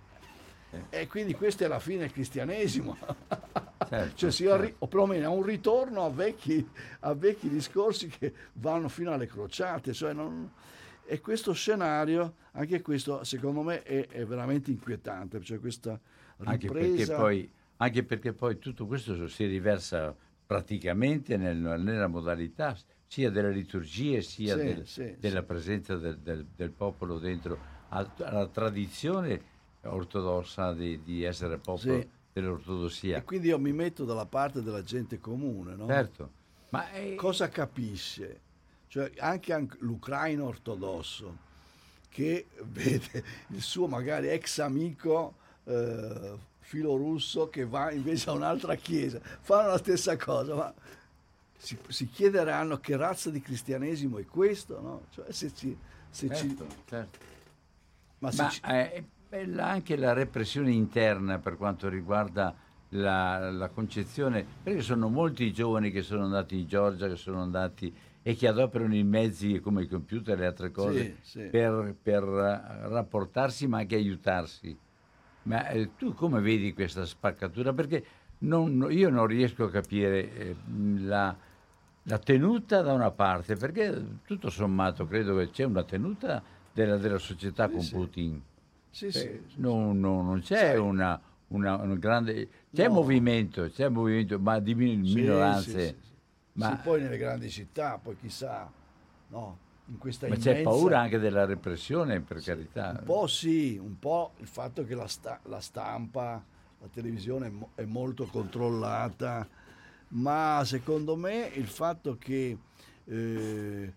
E quindi questo è alla fine il cristianesimo. Certo, cioè si certo. arri- o perlomeno a un ritorno a vecchi, a vecchi discorsi che vanno fino alle crociate. Cioè non... E questo scenario, anche questo secondo me è, è veramente inquietante, cioè questa Anche perché, ripresa. poi, anche perché poi tutto questo si riversa praticamente nel- nella modalità sia delle liturgie sia Sì, del- sì, della sì. presenza del, del- del popolo dentro a- alla tradizione ortodossa di, di essere popolo Sì. dell'ortodossia. E quindi io mi metto dalla parte della gente comune, no? Certo, ma è- Cosa capisce? Cioè anche, anche l'ucraino ortodosso che vede il suo magari ex amico eh, filorusso che va invece a un'altra chiesa, fanno la stessa cosa, ma si, si chiederanno che razza di cristianesimo è questo, no? Cioè se ci, se ci- certo, certo. ma se Ma ci- è bella anche la repressione interna per quanto riguarda la, la concezione, perché sono molti i giovani che sono andati in Georgia, che sono andati e che adoperano i mezzi come i computer e le altre cose Sì, sì. per, per eh, rapportarsi ma anche aiutarsi. Ma eh, tu come vedi questa spaccatura? Perché non- io non riesco a capire eh, la, la tenuta da una parte, perché tutto sommato credo che c'è una tenuta della, della società Sì, con sì. Putin. sì, Eh, sì, sì, non, non- non c'è Sai- una, una- un grande... C'è No. movimento, c'è movimento, ma di min- Sì, minoranze. sì, sì, sì. Ma, Sì, poi nelle grandi città, poi chissà, no, in questa ma c'è immensa... paura anche della repressione, per carità. Un po' sì, un po' il fatto che la, sta- la stampa, la televisione è, mo- è molto controllata, ma secondo me il fatto che eh,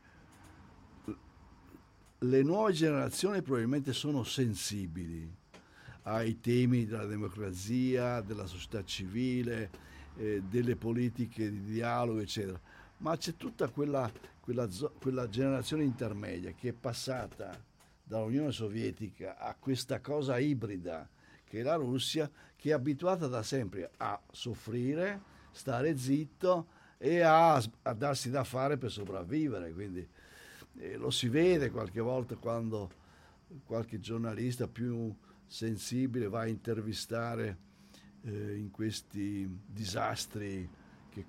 le nuove generazioni probabilmente sono sensibili ai temi della democrazia, della società civile, eh, delle politiche di dialogo, eccetera. Ma c'è tutta quella, quella, zo- quella generazione intermedia che è passata dall'Unione Sovietica a questa cosa ibrida che è la Russia, che è abituata da sempre a soffrire, stare zitto e a, a darsi da fare per sopravvivere. Quindi eh, lo si vede qualche volta quando qualche giornalista più sensibile va a intervistare eh, in questi disastri che,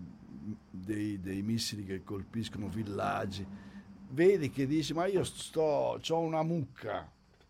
dei, dei missili che colpiscono villaggi, vedi che dice ma io sto, c'ho una mucca,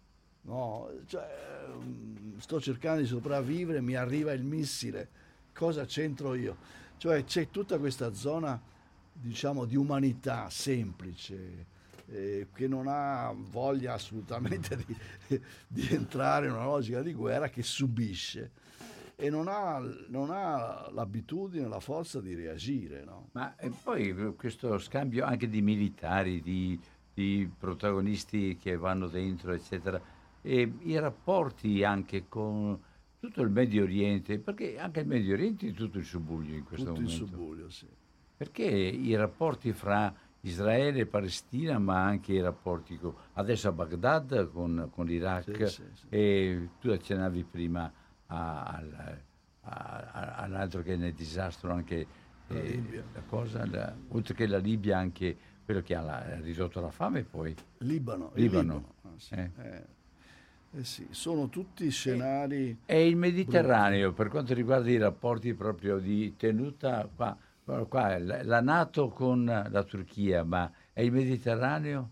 no? Cioè, mm, sto cercando di sopravvivere, mi arriva il missile, cosa c'entro io? Cioè c'è tutta questa zona, diciamo, di umanità semplice, eh, che non ha voglia assolutamente di, di entrare in una logica di guerra, che subisce e non ha, non ha l'abitudine, la forza di reagire, no? Ma e poi questo scambio anche di militari, di, di protagonisti che vanno dentro, eccetera, e i rapporti anche con tutto il Medio Oriente, perché anche il Medio Oriente è tutto in subbuglio in questo Tutto in momento. subbuglio, sì. Perché i rapporti fra Israele e Palestina, ma anche i rapporti con, adesso a Baghdad con, con l'Iraq, Sì, sì, sì. e tu accennavi prima a- al- a- a- all'altro che nel disastro anche La eh, Libia. la cosa, la- oltre che la Libia anche quello che ha, la- ha ridotto la fame poi. Libano, il Libano. Libano. Ah, sì. Eh. Eh, eh sì, sono tutti scenari. E il Mediterraneo, per quanto riguarda i rapporti proprio di tenuta, qua, qua- qua, la la NATO con la Turchia, ma è il Mediterraneo?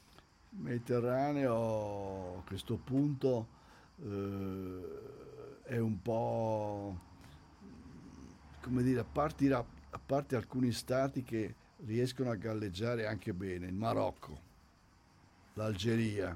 Mediterraneo a questo punto eh, è un po', come dire, a parte, i rap- a parte alcuni stati che riescono a galleggiare anche bene, il Marocco, l'Algeria.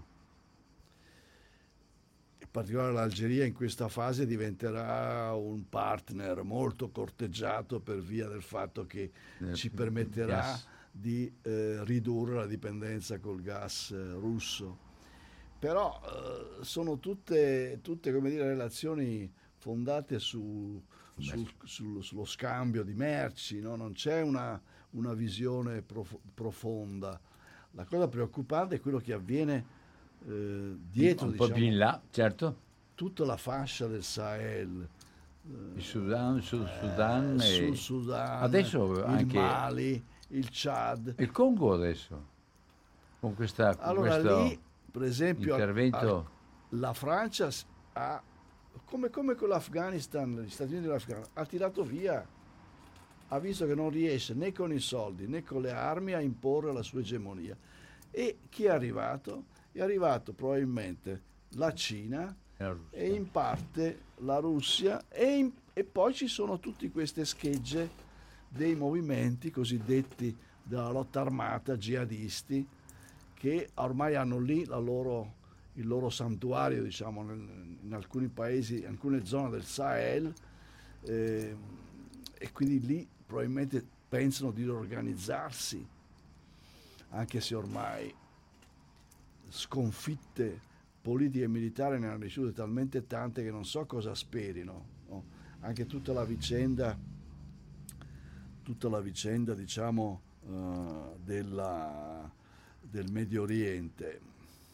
In particolare l'Algeria in questa fase diventerà un partner molto corteggiato per via del fatto che Eh, ci permetterà gas. di eh, ridurre la dipendenza col gas eh, russo. Però eh, sono tutte, tutte come dire, relazioni fondate su, su- sul- sullo scambio di merci, no? Non c'è una, una visione prof- profonda. La cosa preoccupante è quello che avviene eh, dietro, un po' diciamo, più in là, certo. tutta la fascia del Sahel, il Sudan, il Sud Sudan, eh, e... Sud Sudan, adesso il anche Mali, il Chad. il Congo adesso, con, questa, con Allora questo lì, per esempio, intervento... a- a- la Francia s- ha, come, come con l'Afghanistan, gli Stati Uniti dell'Afghanistan, ha tirato via, ha visto che non riesce né con i soldi né con le armi a imporre la sua egemonia. E chi è arrivato? È arrivato probabilmente la Cina la Russia. e in parte la Russia e, in- e poi ci sono tutte queste schegge dei movimenti cosiddetti della lotta armata, jihadisti, che ormai hanno lì la loro, il loro santuario, diciamo, nel- in alcuni paesi, in alcune zone del Sahel, eh, e quindi lì probabilmente pensano di organizzarsi, anche se ormai sconfitte politiche e militari ne hanno ricevute talmente tante che non so cosa sperino, no? Anche tutta la vicenda, tutta la vicenda, diciamo, eh, della, del Medio Oriente,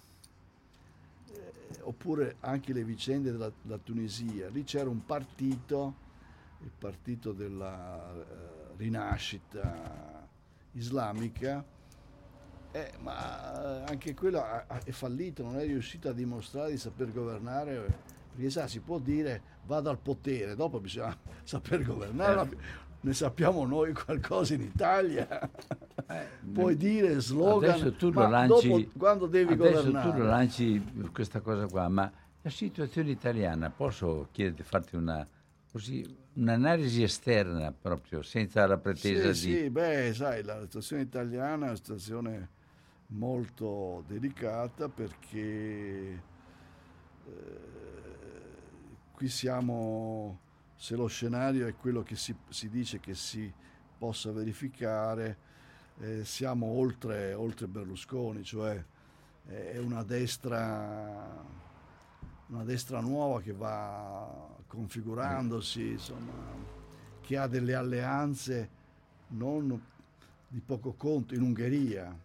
eh, oppure anche le vicende della, della Tunisia. Lì c'era un partito, il partito della eh, rinascita islamica, eh, ma anche quello ha- ha- è fallito, non è riuscito a dimostrare di saper governare, perché sa, si può dire vado al potere, dopo bisogna saper governare, Eh. ne sappiamo noi qualcosa in Italia. Eh, Puoi dire slogan, adesso tu lo ma lanci, dopo quando devi adesso governare. tu lo lanci questa cosa qua, ma la situazione italiana, posso chiederti, farti una, così, un'analisi esterna proprio, senza la pretesa Sì, di... sì, beh, sai, la situazione italiana è una situazione molto delicata perché eh, qui siamo, se lo scenario è quello che si, si dice che si possa verificare, eh, siamo oltre, oltre Berlusconi, cioè eh, è una destra, una destra nuova che va configurandosi, insomma, che ha delle alleanze non di poco conto in Ungheria,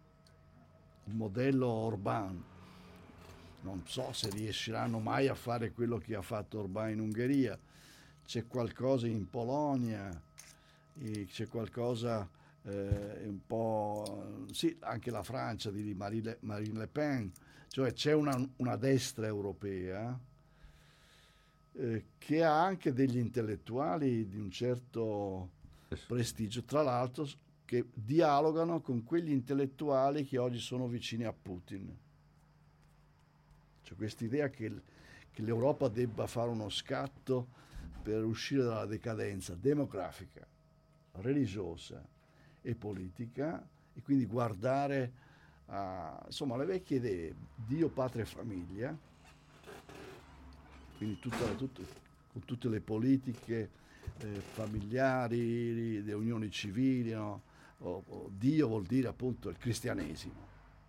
il modello Orbán. Non so se riusciranno mai a fare quello che ha fatto Orbán in Ungheria. C'è qualcosa in Polonia, e c'è qualcosa eh, un po'... Sì, anche la Francia di Marine Le, Marine Le Pen, cioè c'è una, una destra europea eh, che ha anche degli intellettuali di un certo prestigio, tra l'altro che dialogano con quegli intellettuali che oggi sono vicini a Putin. C'è questa idea che, che l'Europa debba fare uno scatto per uscire dalla decadenza demografica, religiosa e politica, e quindi guardare a, insomma, le vecchie idee, Dio, patria e famiglia, quindi tutta, tutta, con tutte le politiche eh, familiari, le unioni civili, no? o, o Dio vuol dire appunto il cristianesimo,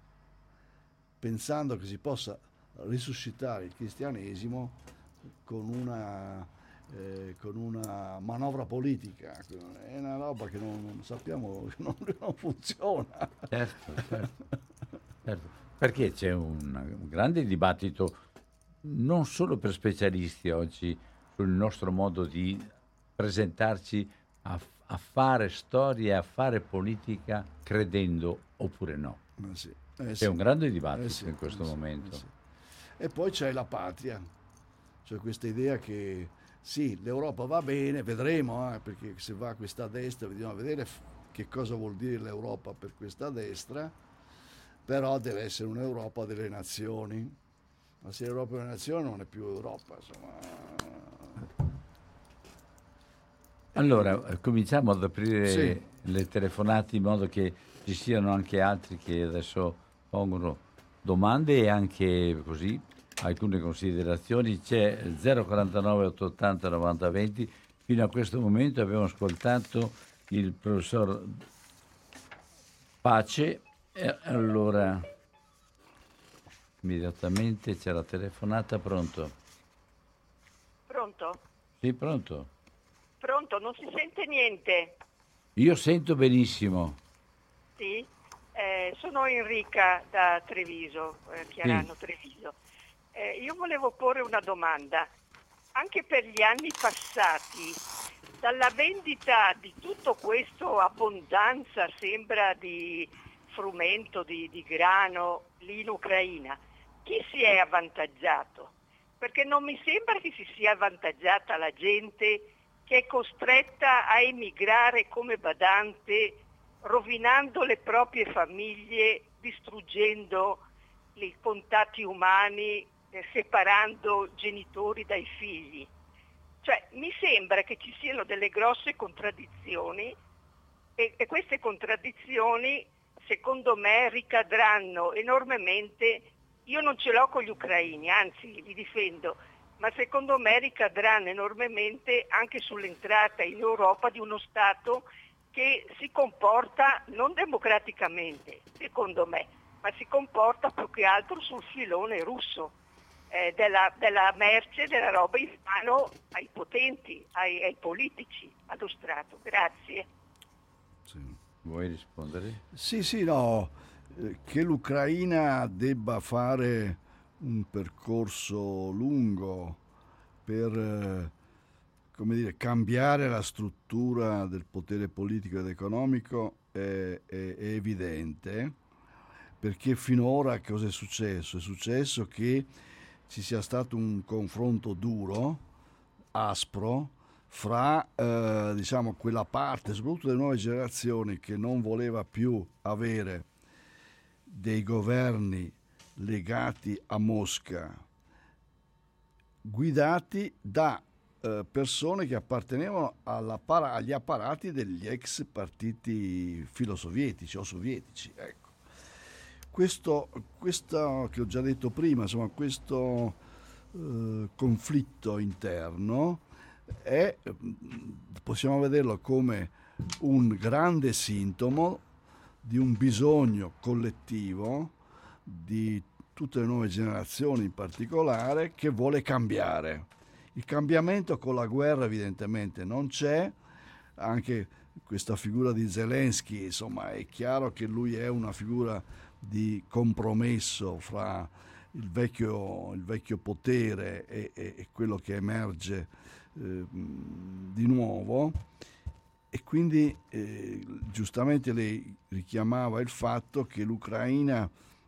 pensando che si possa risuscitare il cristianesimo con una, eh, con una manovra politica. È una roba che non, non sappiamo, che non, non funziona. Certo, certo, certo. Perché c'è un, un grande dibattito, non solo per specialisti oggi, sul nostro modo di presentarci a, a fare storia, a fare politica, credendo oppure no. Eh sì, eh C'è sì. un grande dibattito Eh sì, in questo eh sì, momento. eh sì. E poi c'è la patria, cioè questa idea che sì, l'Europa va bene, vedremo, eh, perché se va a questa destra vediamo a vedere f- che cosa vuol dire l'Europa per questa destra, però deve essere un'Europa delle nazioni, ma se l'Europa delle nazioni non è più Europa, insomma. Allora, eh, cominciamo ad aprire Sì. le telefonate in modo che ci siano anche altri che adesso pongono domande e anche così alcune considerazioni. C'è zero quarantanove ottocentottanta novanta venti. Fino a questo momento abbiamo ascoltato il professor Pace e allora immediatamente c'è la telefonata. Pronto? Pronto? Sì, pronto. Pronto, non si sente niente. Io sento benissimo. Sì? Eh, sono Enrica da Treviso, eh, Chiarano Treviso. Eh, io volevo porre una domanda. anche per gli anni passati, dalla vendita di tutto questo abbondanza, sembra, di frumento, di, di grano lì in Ucraina, chi si è avvantaggiato? Perché non mi sembra che si sia avvantaggiata la gente che è costretta a emigrare come badante, rovinando le proprie famiglie, distruggendo i contatti umani, eh, separando genitori dai figli. Cioè, mi sembra che ci siano delle grosse contraddizioni e, e queste contraddizioni, secondo me, ricadranno enormemente. Io non ce l'ho con gli ucraini, anzi li difendo, ma secondo me ricadranno enormemente anche sull'entrata in Europa di uno Stato che si comporta non democraticamente, secondo me, ma si comporta più che altro sul filone russo, eh, della, della merce, della roba in mano ai potenti, ai, ai politici, allo Stato. Grazie. Sì. Vuoi rispondere? Sì, sì, no, eh, che l'Ucraina debba fare un percorso lungo per, eh, come dire, cambiare la struttura del potere politico ed economico è, è, è evidente, perché finora cosa è successo? È successo che ci sia stato un confronto duro, aspro, fra eh, diciamo quella parte, soprattutto delle nuove generazioni, che non voleva più avere dei governi legati a Mosca, guidati da eh, persone che appartenevano all'appara- agli apparati degli ex partiti filosovietici o sovietici. Ecco. Questo, questo che ho già detto prima, insomma, questo eh, conflitto interno è, possiamo vederlo come un grande sintomo di un bisogno collettivo di tutte le nuove generazioni in particolare, che vuole cambiare. Il cambiamento con la guerra evidentemente non c'è, anche questa figura di Zelensky, insomma, è chiaro che lui è una figura di compromesso fra il vecchio, il vecchio potere e, e, e quello che emerge eh, di nuovo, e quindi eh, giustamente lei richiamava il fatto che l'Ucraina,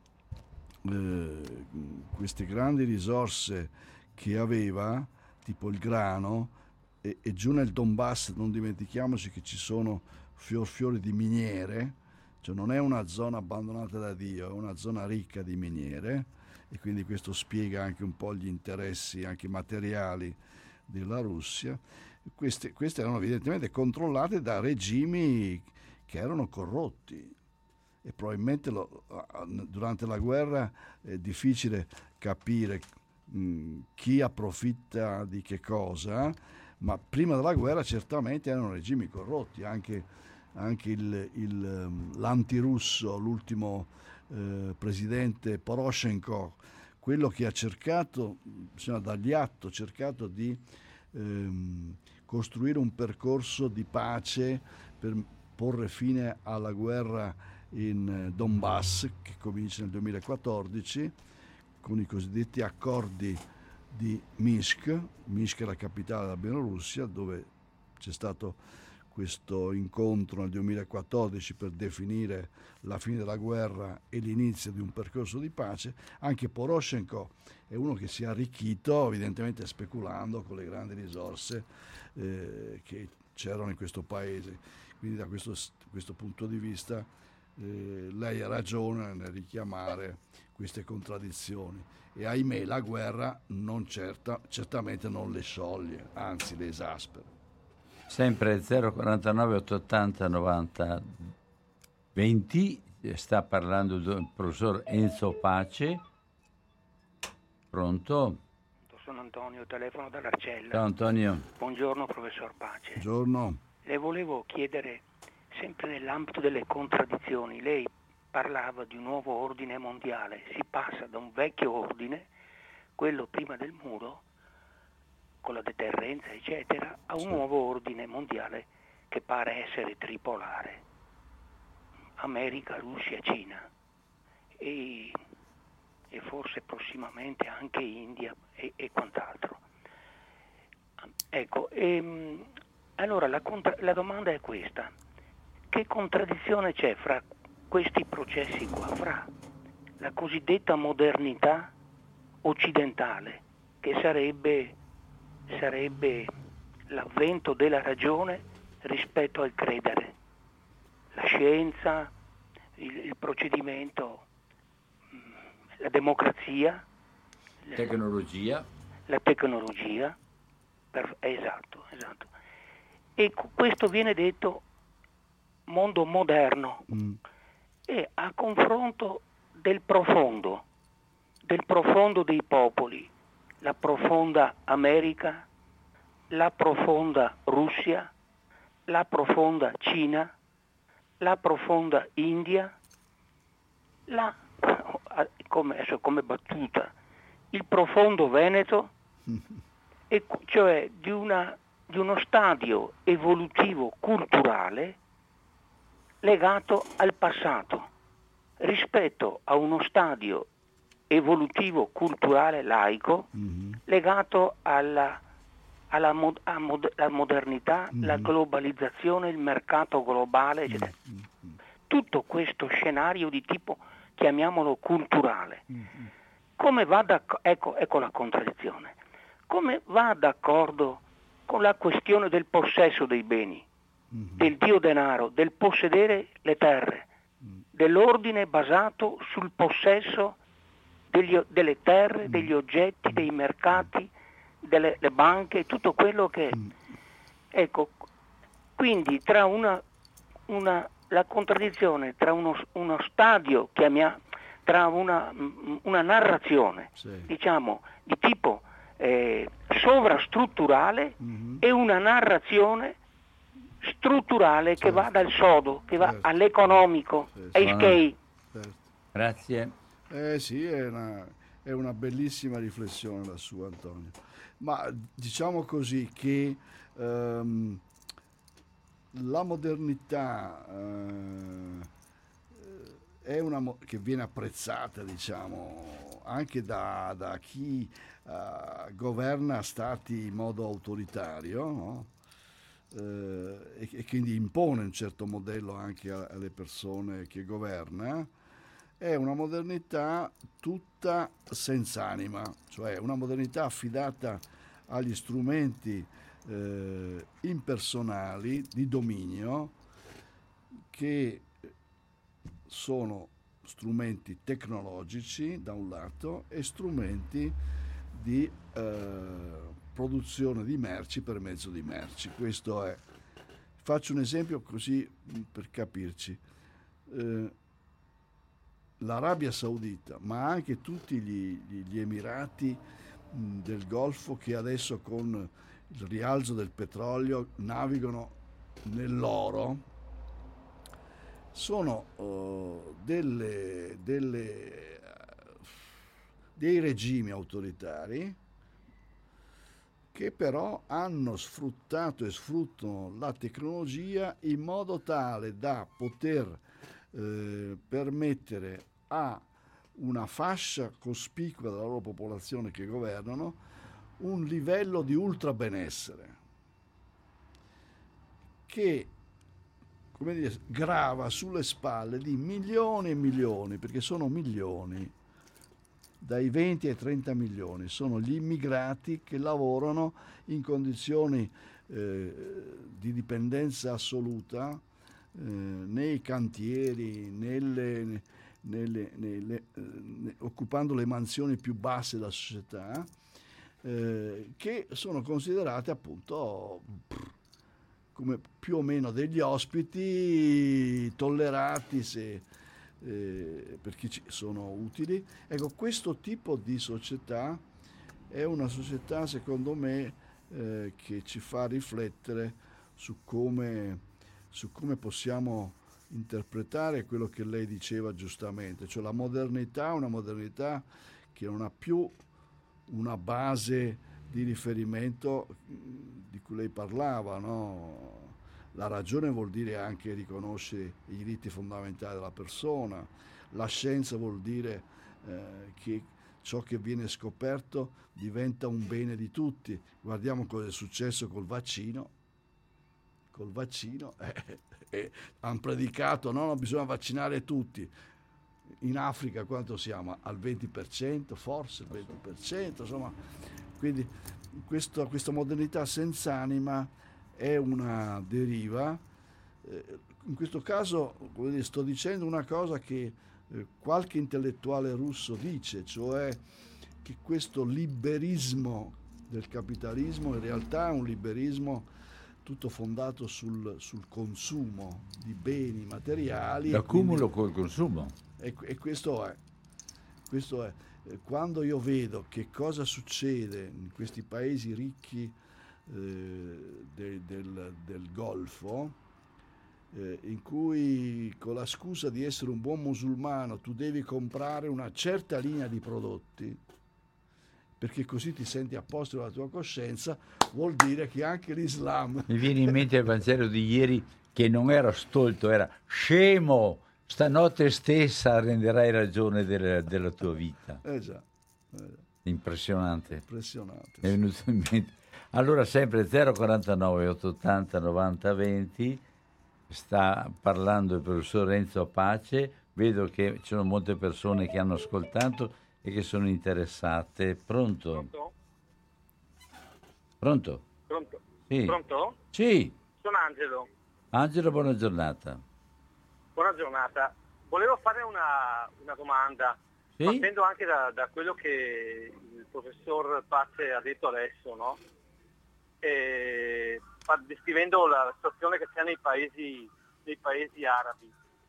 eh, queste grandi risorse che aveva, tipo il grano, e, e giù nel Donbass non dimentichiamoci che ci sono fior fiori di miniere, cioè non è una zona abbandonata da Dio, è una zona ricca di miniere, e quindi questo spiega anche un po' gli interessi anche materiali della Russia. Queste, queste erano evidentemente controllate da regimi che erano corrotti, e probabilmente lo, durante la guerra è difficile capire mh, chi approfitta di che cosa, ma prima della guerra certamente erano regimi corrotti, anche, anche il, il, l'antirusso, l'ultimo eh, presidente Poroshenko, quello che ha cercato, bisogna dargli atto, cercato di ehm, costruire un percorso di pace per porre fine alla guerra in Donbass, che comincia nel duemilaquattordici con i cosiddetti accordi di Minsk. Minsk è la capitale della Bielorussia, dove c'è stato questo incontro nel duemilaquattordici per definire la fine della guerra e l'inizio di un percorso di pace. Anche Poroshenko è uno che si è arricchito, evidentemente speculando con le grandi risorse eh, che c'erano in questo paese. Quindi da questo, questo punto di vista eh, lei ha ragione nel richiamare queste contraddizioni, e ahimè la guerra non certa, certamente non le scioglie, anzi le esaspera. Sempre zero quarantanove ottocentottanta novanta venti, sta parlando il professor Enzo Pace. Pronto? Sono Antonio, telefono dall'Arcella. Ciao Antonio. Buongiorno professor Pace. Buongiorno. Le volevo chiedere, sempre nell'ambito delle contraddizioni, lei parlava di un nuovo ordine mondiale, si passa da un vecchio ordine, quello prima del muro, con la deterrenza eccetera, a un sì. nuovo ordine mondiale che pare essere tripolare, America, Russia, Cina e, e forse prossimamente anche India e, e quant'altro. ecco, ehm, allora la, contra- la domanda è questa: che contraddizione c'è fra questi processi qua, fra la cosiddetta modernità occidentale, che sarebbe, sarebbe l'avvento della ragione rispetto al credere, la scienza, il, il procedimento, la democrazia, Tecnologia. la tecnologia, per, esatto, esatto. E questo viene detto mondo moderno, mm. e a confronto del profondo, del profondo dei popoli, la profonda America, la profonda Russia, la profonda Cina, la profonda India, la, come, adesso, come battuta, il profondo Veneto, e cioè di, una, di uno stadio evolutivo culturale legato al passato rispetto a uno stadio evolutivo culturale laico mm-hmm. legato alla, alla, mod, a mod, alla modernità, mm-hmm. la globalizzazione, il mercato globale, eccetera. Mm-hmm. Tutto questo scenario di tipo, chiamiamolo culturale, mm-hmm. come va d'accordo, ecco, ecco la contraddizione, come va d'accordo con la questione del possesso dei beni, mm-hmm. del dio denaro, del possedere le terre, mm-hmm. dell'ordine basato sul possesso degli, delle terre, mm-hmm. degli oggetti, dei mercati, delle le banche, tutto quello che... Mm-hmm. Ecco, quindi tra una, una la contraddizione tra uno, uno stadio, chiamiamo, tra una, una narrazione, sì. diciamo, di tipo eh, sovrastrutturale mm-hmm. e una narrazione strutturale, certo. che va dal sodo, che va certo. all'economico, certo. ai skei. Certo. Grazie. Eh sì, è una, è una bellissima riflessione la sua, Antonio. Ma diciamo così che um, la modernità uh, è una mo- che viene apprezzata, diciamo, anche da, da chi uh, governa stati in modo autoritario, no? uh, e, e quindi impone un certo modello anche a, alle persone che governa. È una modernità tutta senza anima, cioè una modernità affidata agli strumenti eh, impersonali di dominio, che sono strumenti tecnologici da un lato e strumenti di eh, produzione di merci per mezzo di merci. Questo è. Faccio un esempio così per capirci. Eh, L'Arabia Saudita, ma anche tutti gli, gli Emirati mh, del Golfo, che adesso con il rialzo del petrolio navigano nell'oro, sono uh, delle, delle, uh, dei regimi autoritari che però hanno sfruttato e sfruttano la tecnologia in modo tale da poter Eh, permettere a una fascia cospicua della loro popolazione che governano un livello di ultra benessere che, come dire, grava sulle spalle di milioni e milioni, perché sono milioni, dai venti ai trenta milioni, sono gli immigrati che lavorano in condizioni eh, di dipendenza assoluta, Eh, nei cantieri, nelle, nelle, nelle, eh, occupando le mansioni più basse della società, eh, che sono considerate appunto pff, come più o meno degli ospiti tollerati se, eh, per chi ci sono utili. Ecco, questo tipo di società è una società, secondo me, eh, che ci fa riflettere su come su come possiamo interpretare quello che lei diceva giustamente, cioè la modernità, una modernità che non ha più una base di riferimento di cui lei parlava, no? La ragione vuol dire anche riconoscere i diritti fondamentali della persona, la scienza vuol dire eh, che ciò che viene scoperto diventa un bene di tutti. Guardiamo cosa è successo col vaccino. Col vaccino eh, eh, hanno predicato no, no, bisogna vaccinare tutti. In Africa quanto siamo? Al venti per cento, forse il venti per cento, insomma. Quindi questo, questa modernità senza anima è una deriva. Eh, in questo caso come dire, sto dicendo una cosa che eh, qualche intellettuale russo dice, cioè che questo liberismo del capitalismo in realtà è un liberismo tutto fondato sul, sul consumo di beni materiali. L'accumulo col consumo. E, e questo è, questo è. Quando io vedo che cosa succede in questi paesi ricchi eh, de, del, del Golfo, eh, in cui con la scusa di essere un buon musulmano tu devi comprare una certa linea di prodotti, perché così ti senti a posto con la tua coscienza, vuol dire che anche l'Islam... Mi viene in mente il Vangelo di ieri che non era stolto, era scemo. Stanotte stessa renderai ragione della, della tua vita. Eh già, eh già. Impressionante. Impressionante. È venuto in mente. Allora sempre zero quarantanove ottocentottanta novanta venti, sta parlando il professor Renzo Apace, vedo che ci sono molte persone che hanno ascoltato e che sono interessate. Pronto? Pronto? Pronto? Pronto? Sì. Pronto? Sì. Sono Angelo. Angelo, buona giornata. Buona giornata. Volevo fare una, una domanda, Sì? partendo anche da, da quello che il professor Pace ha detto adesso, no? E, descrivendo la situazione che c'è nei paesi, nei paesi arabi.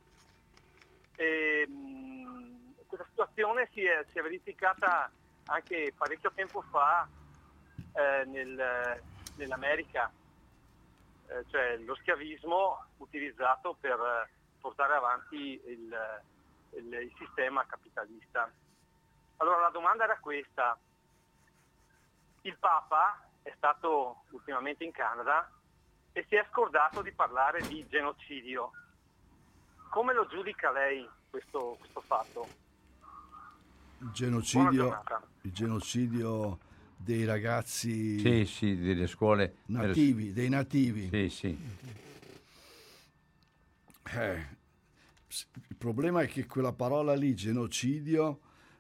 E, mh, questa situazione si è, si è verificata anche parecchio tempo fa eh, nel, nell'America, eh, cioè lo schiavismo utilizzato per portare avanti il, il, il sistema capitalista. Allora la domanda era questa: il Papa è stato ultimamente in Canada e si è scordato di parlare di genocidio. Come lo giudica lei questo, questo fatto? Il genocidio, il genocidio dei ragazzi Sì, sì, delle scuole nativi, dei nativi. Sì, sì. Eh, il problema è che quella parola lì, genocidio,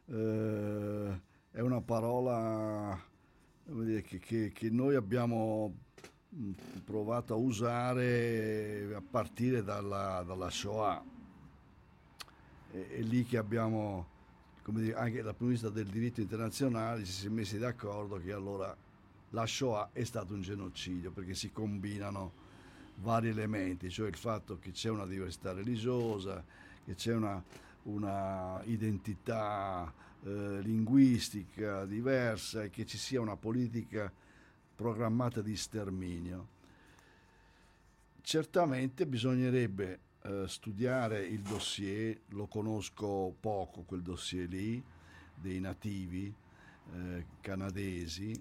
eh, è una parola come dire, che, che, che noi abbiamo provato a usare a partire dalla, dalla Shoah. È, è lì che abbiamo, come dire, anche dal punto di vista del diritto internazionale, ci si è messi d'accordo che allora la Shoah è stato un genocidio, perché si combinano vari elementi, cioè il fatto che c'è una diversità religiosa, che c'è una, una identità eh, linguistica diversa e che ci sia una politica programmata di sterminio. Certamente bisognerebbe eh, studiare il dossier, lo conosco poco quel dossier lì, dei nativi eh, canadesi,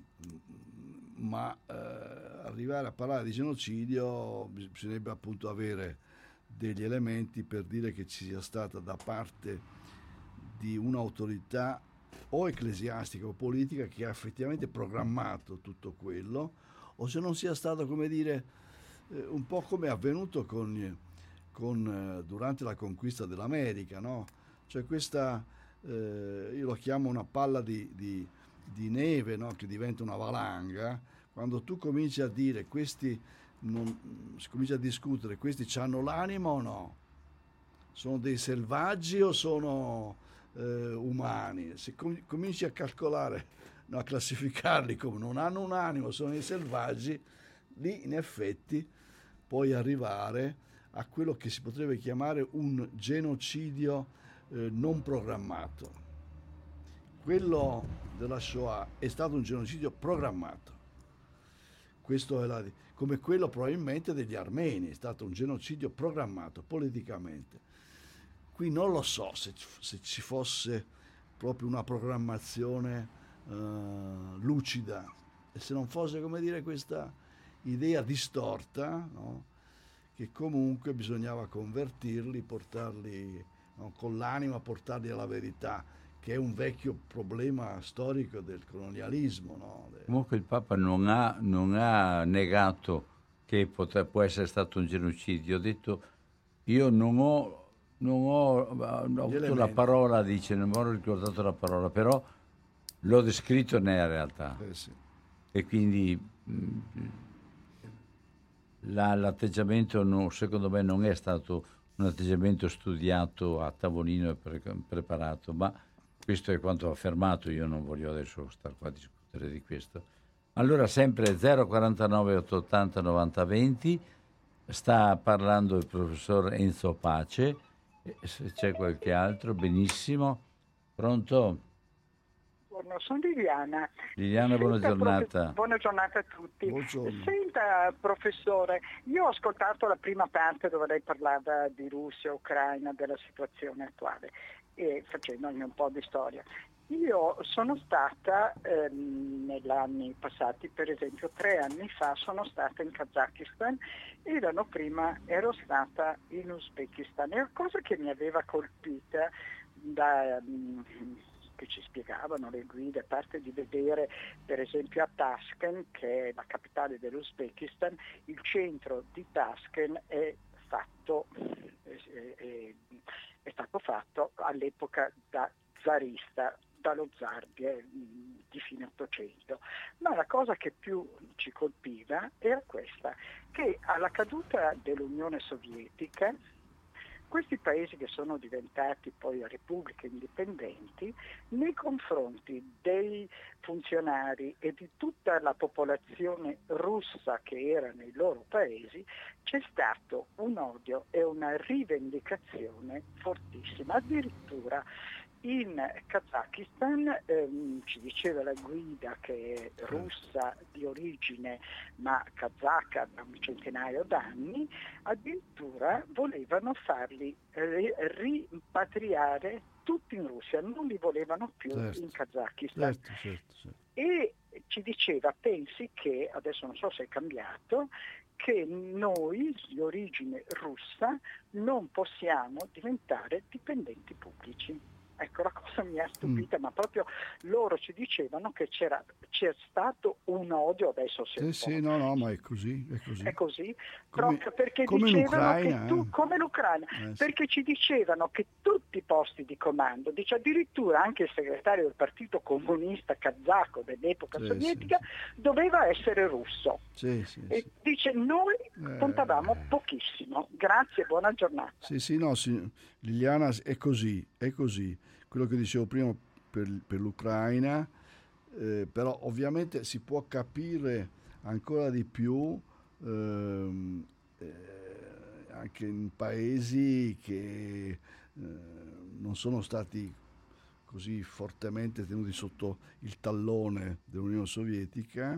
ma eh, arrivare a parlare di genocidio bisognerebbe appunto avere degli elementi per dire che ci sia stata da parte di un'autorità o ecclesiastica o politica che ha effettivamente programmato tutto quello, o se non sia stato, come dire, eh, un po' come è avvenuto con, con, eh, durante la conquista dell'America, no? Cioè questa, eh, io lo chiamo una palla di, di di neve, no? Che diventa una valanga. Quando tu cominci a dire questi non, si comincia a discutere, questi hanno l'anima o no, sono dei selvaggi o sono eh, umani, se com- cominci a calcolare, no, a classificarli come non hanno un animo, sono dei selvaggi, lì in effetti puoi arrivare a quello che si potrebbe chiamare un genocidio eh, non programmato. Quello della Shoah è stato un genocidio programmato. Questo è la, come quello probabilmente degli armeni, è stato un genocidio programmato politicamente. Qui non lo so se, se ci fosse proprio una programmazione uh, lucida, e se non fosse, come dire, questa idea distorta, no? Che comunque bisognava convertirli, portarli, no, con l'anima, portarli alla verità, che è un vecchio problema storico del colonialismo. No? Comunque il Papa non ha, non ha negato che potre, può essere stato un genocidio, ha detto io non ho, non ho, ho avuto elementi. La parola, dice, non mi ho ricordato la parola, però l'ho descritto nella realtà. Eh sì. E quindi mh, la, l'atteggiamento no, secondo me non è stato un atteggiamento studiato a tavolino e pre- preparato, ma questo è quanto ho affermato, io non voglio adesso stare qua a discutere di questo. Allora sempre zero quarantanove ottocentottanta novanta venti, sta parlando il professor Enzo Pace, se c'è qualche altro, benissimo. Pronto? Buongiorno, sono Liliana. Liliana, buona Senta, giornata. Profe- buona giornata a tutti. Buongiorno. Senta, professore, io ho ascoltato la prima parte dove lei parlava di Russia, Ucraina, della situazione attuale, e facendomi un po' di storia. Io sono stata ehm, negli anni passati, per esempio tre anni fa, sono stata in Kazakistan e l'anno prima ero stata in Uzbekistan. E la cosa che mi aveva colpita da... Um, che ci spiegavano le guide, a parte di vedere per esempio a Tashkent, che è la capitale dell'Uzbekistan, il centro di Tashkent è fatto è, è, è stato fatto all'epoca da zarista, dallo zar di, di fine Ottocento. Ma la cosa che più ci colpiva era questa, che alla caduta dell'Unione Sovietica questi paesi che sono diventati poi repubbliche indipendenti, nei confronti dei funzionari e di tutta la popolazione russa che era nei loro paesi, c'è stato un odio e una rivendicazione fortissima. Addirittura in Kazakistan, ehm, ci diceva la guida che è russa di origine ma kazaka da un centinaio d'anni, addirittura volevano farli eh, rimpatriare tutti in Russia, non li volevano più certo. in Kazakistan. Certo, certo, certo. E ci diceva, pensi che, adesso non so se è cambiato, che noi di origine russa non possiamo diventare dipendenti pubblici. Ecco, la cosa mi ha stupita, mm. ma proprio loro ci dicevano che c'era, c'è stato un odio, adesso se sì, sì, no, no, ma è così, è così. È così, come, proprio perché come dicevano che tu, eh. come l'Ucraina, eh, perché sì. ci dicevano che tutti i posti di comando, dice addirittura anche il segretario del partito comunista kazako dell'epoca sì, sovietica, sì, sì. doveva essere russo. Sì, sì, e sì. dice noi eh. contavamo pochissimo. Grazie, buona giornata. Sì, sì, no, sì. Liliana, è così, è così. Quello che dicevo prima per, per l'Ucraina, eh, però ovviamente si può capire ancora di più ehm, eh, anche in paesi che eh, non sono stati così fortemente tenuti sotto il tallone dell'Unione Sovietica,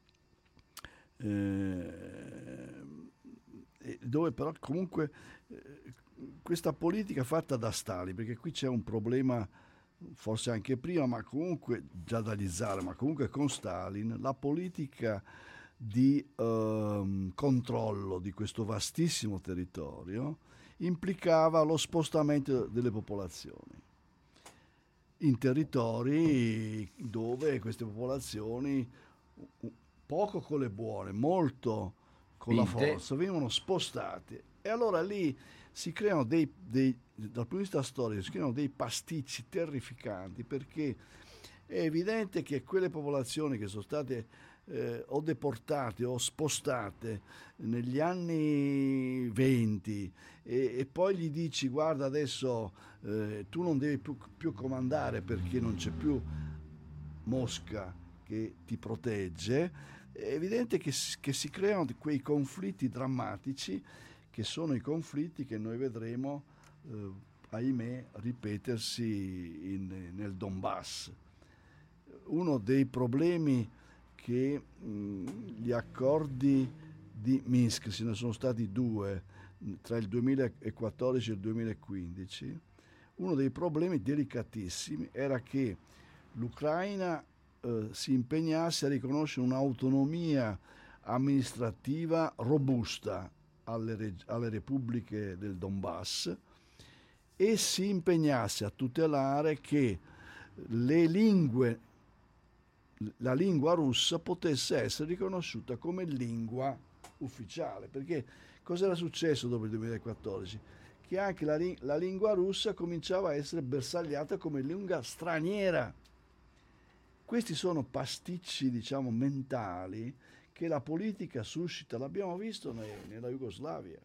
eh, dove però comunque eh, questa politica fatta da Stalin, perché qui c'è un problema forse anche prima, ma comunque già dagli zar, ma comunque con Stalin, la politica di ehm, controllo di questo vastissimo territorio implicava lo spostamento delle popolazioni in territori dove queste popolazioni, poco con le buone, molto con la forza, venivano spostate. E allora lì si creano dei, dei, dal punto di vista storico, si creano dei pasticci terrificanti, perché è evidente che quelle popolazioni che sono state eh, o deportate o spostate negli anni venti e, e poi gli dici guarda adesso eh, tu non devi più, più comandare perché non c'è più Mosca che ti protegge, è evidente che, che si creano quei conflitti drammatici che sono i conflitti che noi vedremo, eh, ahimè, ripetersi in, nel Donbass. Uno dei problemi che mh, gli accordi di Minsk, se ne sono stati due, tra il duemilaquattordici e il duemilaquindici, uno dei problemi delicatissimi era che l'Ucraina eh, si impegnasse a riconoscere un'autonomia amministrativa robusta Alle, alle repubbliche del Donbass e si impegnasse a tutelare che le lingue, la lingua russa potesse essere riconosciuta come lingua ufficiale. Perché cosa era successo dopo il duemilaquattordici? Che anche la, la lingua russa cominciava a essere bersagliata come lingua straniera. Questi sono pasticci, diciamo, mentali che la politica suscita, l'abbiamo visto ne, nella Jugoslavia.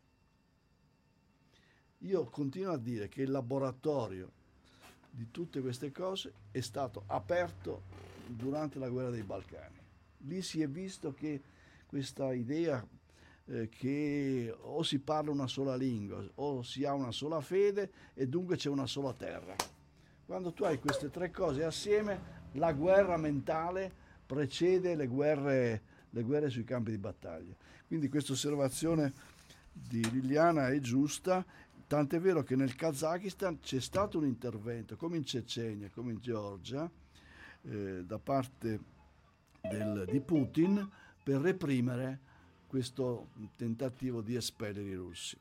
Io continuo a dire che il laboratorio di tutte queste cose è stato aperto durante la guerra dei Balcani. Lì si è visto che questa idea eh, che o si parla una sola lingua o si ha una sola fede e dunque c'è una sola terra. Quando tu hai queste tre cose assieme, la guerra mentale precede le guerre, le guerre sui campi di battaglia. Quindi questa osservazione di Liliana è giusta, tant'è vero che nel Kazakistan c'è stato un intervento, come in Cecenia, come in Georgia, eh, da parte del, di Putin per reprimere questo tentativo di espellere i russi.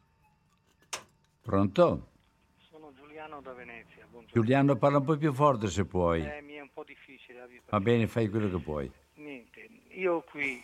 Pronto? Sono Giuliano da Venezia. Buongiorno. Giuliano, parla un po' più forte se puoi. Eh, mi è un po' difficile. Va bene, fai quello che puoi. Niente, io qui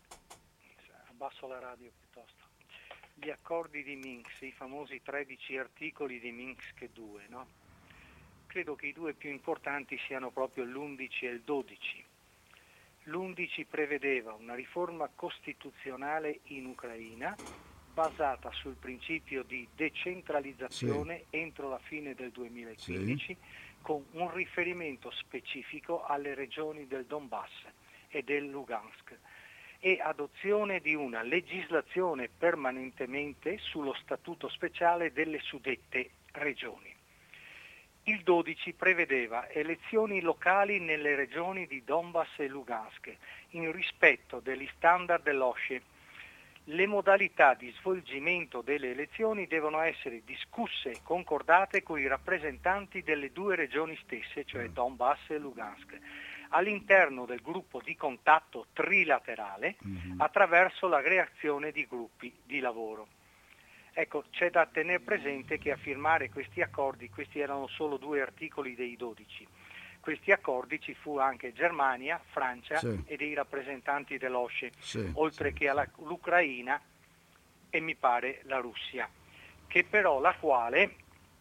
abbasso la radio piuttosto. Gli accordi di Minsk, i famosi tredici articoli di Minsk due, no? Credo che i due più importanti siano proprio l'undici e il dodici. L'undici prevedeva una riforma costituzionale in Ucraina basata sul principio di decentralizzazione sì. entro la fine del duemilaquindici, sì. con un riferimento specifico alle regioni del Donbass e del Lugansk e adozione di una legislazione permanentemente sullo statuto speciale delle suddette regioni. Il dodici prevedeva elezioni locali nelle regioni di Donbass e Lugansk in rispetto degli standard dell'O S C E. Le modalità di svolgimento delle elezioni devono essere discusse e concordate con i rappresentanti delle due regioni stesse, cioè Donbass e Lugansk, all'interno del gruppo di contatto trilaterale mm-hmm. attraverso la creazione di gruppi di lavoro. Ecco, c'è da tenere presente che a firmare questi accordi, questi erano solo due articoli dei dodici, questi accordi ci fu anche Germania, Francia sì. e dei rappresentanti dell'O S C E, sì, oltre sì. che all'Ucraina e mi pare la Russia, che però la quale,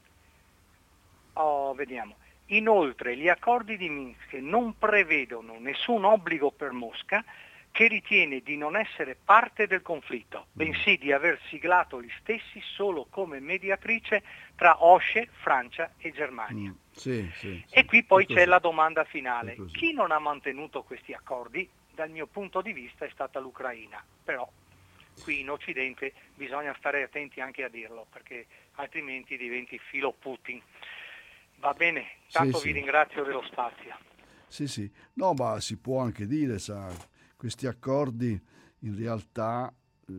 oh, vediamo, inoltre gli accordi di Minsk non prevedono nessun obbligo per Mosca che ritiene di non essere parte del conflitto, bensì di aver siglato gli stessi solo come mediatrice tra O S C E, Francia e Germania. Mm, sì, sì, e sì. qui poi c'è la domanda finale. Chi non ha mantenuto questi accordi, dal mio punto di vista, è stata l'Ucraina. Però qui in Occidente bisogna stare attenti anche a dirlo, perché altrimenti diventi filo Putin. Va bene, tanto sì, vi sì. ringrazio dello spazio. Sì, sì. No, ma si può anche dire, sa, questi accordi in realtà, eh,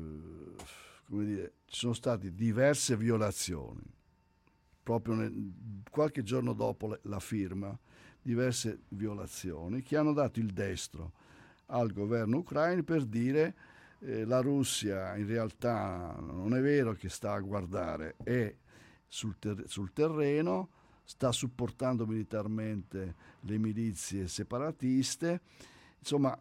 come dire, ci sono state diverse violazioni. Proprio nel, qualche giorno dopo le, la firma, diverse violazioni che hanno dato il destro al governo ucraino per dire eh, la Russia in realtà non è vero che sta a guardare, è sul, ter- sul terreno, sta supportando militarmente le milizie separatiste. Insomma,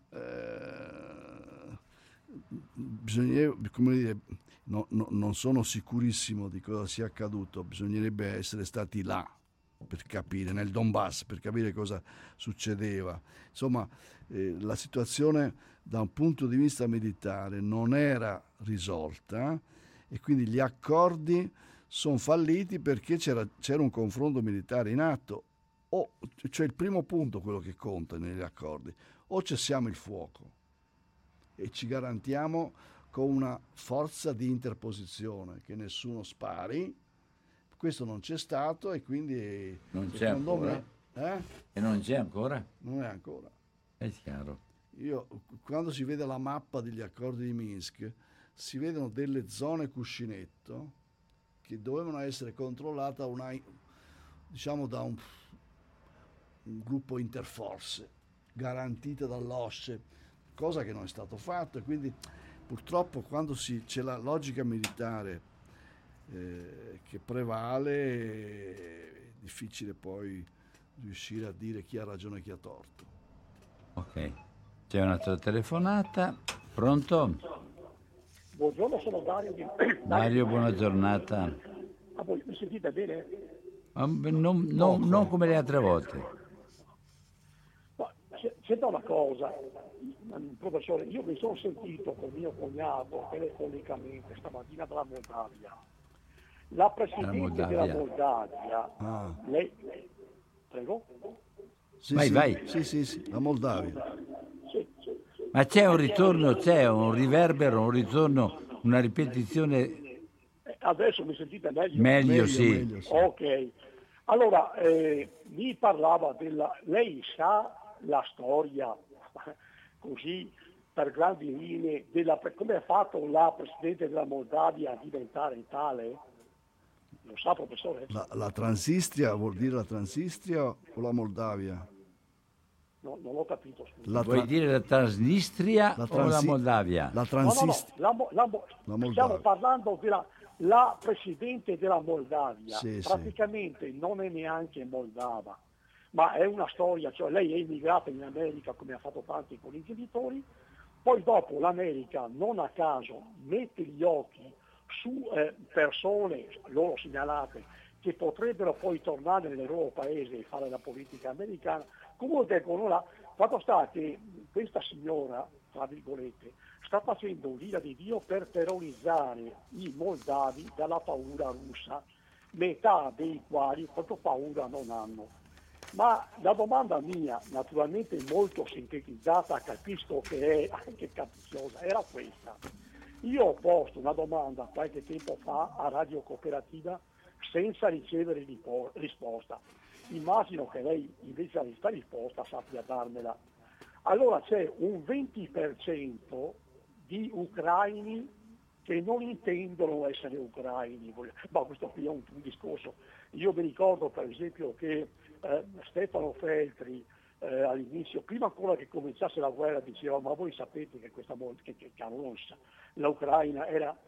eh, bisognerebbe, come dire, no, no, non sono sicurissimo di cosa sia accaduto, bisognerebbe essere stati là per capire, nel Donbass, per capire cosa succedeva. Insomma, eh, la situazione da un punto di vista militare non era risolta e quindi gli accordi sono falliti perché c'era, c'era un confronto militare in atto. O, cioè il primo punto, quello che conta negli accordi, o cessiamo il fuoco e ci garantiamo con una forza di interposizione che nessuno spari. Questo non c'è stato e quindi non c'è ancora. Me, eh? E non c'è ancora? Non è ancora. È chiaro. Io, quando si vede la mappa degli accordi di Minsk, si vedono delle zone cuscinetto che dovevano essere controllate da una, diciamo, da un, un gruppo interforze garantita dall'O S C E, cosa che non è stato fatto, e quindi purtroppo quando si, c'è la logica militare eh, che prevale è difficile poi riuscire a dire chi ha ragione e chi ha torto. Ok, c'è un'altra telefonata. Pronto? Buongiorno, sono Dario. Di... Dario, buona giornata. Ah, voi mi sentite bene? Ah, non, non, non come le altre volte. Ma, senta una cosa, professore, io mi sono sentito con mio cognato telefonicamente stamattina dalla Moldavia. La Presidente Moldavia. della Moldavia, Ah. lei, lei, prego? Sì, Vai, sì, vai. Sì, sì, sì, la Moldavia. Sì, sì. Ma c'è un ritorno, c'è un riverbero, un ritorno, una ripetizione. Eh, Adesso mi sentite meglio? Meglio, Meglio, sì. meglio, sì. Ok, allora eh, mi parlava della... Lei sa la storia, così per grandi linee, della, come ha fatto la Presidente della Moldavia a diventare tale? Lo sa, professore? La, la Transnistria vuol dire la Transnistria o la Moldavia? No, non ho capito, scusa. La Vuoi tra- dire la Transnistria la o la transi- Moldavia? La No, no, no, Transnistria. la, Mo- la, Mo- La Moldavia. stiamo parlando della la Presidente della Moldavia, Sì, sì. praticamente non è neanche moldava, ma è una storia, cioè lei è immigrata in America come ha fatto tanti con i genitori, poi dopo l'America non a caso mette gli occhi su eh, persone, loro segnalate, che potrebbero poi tornare nel loro paese e fare la politica americana, come dicono là, fatto sta che questa signora, tra virgolette, sta facendo l'ira di Dio per terrorizzare i moldavi dalla paura russa, metà dei quali proprio paura non hanno. Ma la domanda mia, naturalmente molto sintetizzata, capisco che è anche capziosa, era questa. Io ho posto una domanda qualche tempo fa a Radio Cooperativa senza ricevere ripo- risposta. Immagino che lei invece a questa risposta sappia darmela. Allora c'è un venti per cento di ucraini che non intendono essere ucraini, ma questo qui è un, un discorso. Io mi ricordo per esempio che eh, Stefano Feltri eh, all'inizio, prima ancora che cominciasse la guerra, diceva ma voi sapete che questa che, che, che l'Ucraina era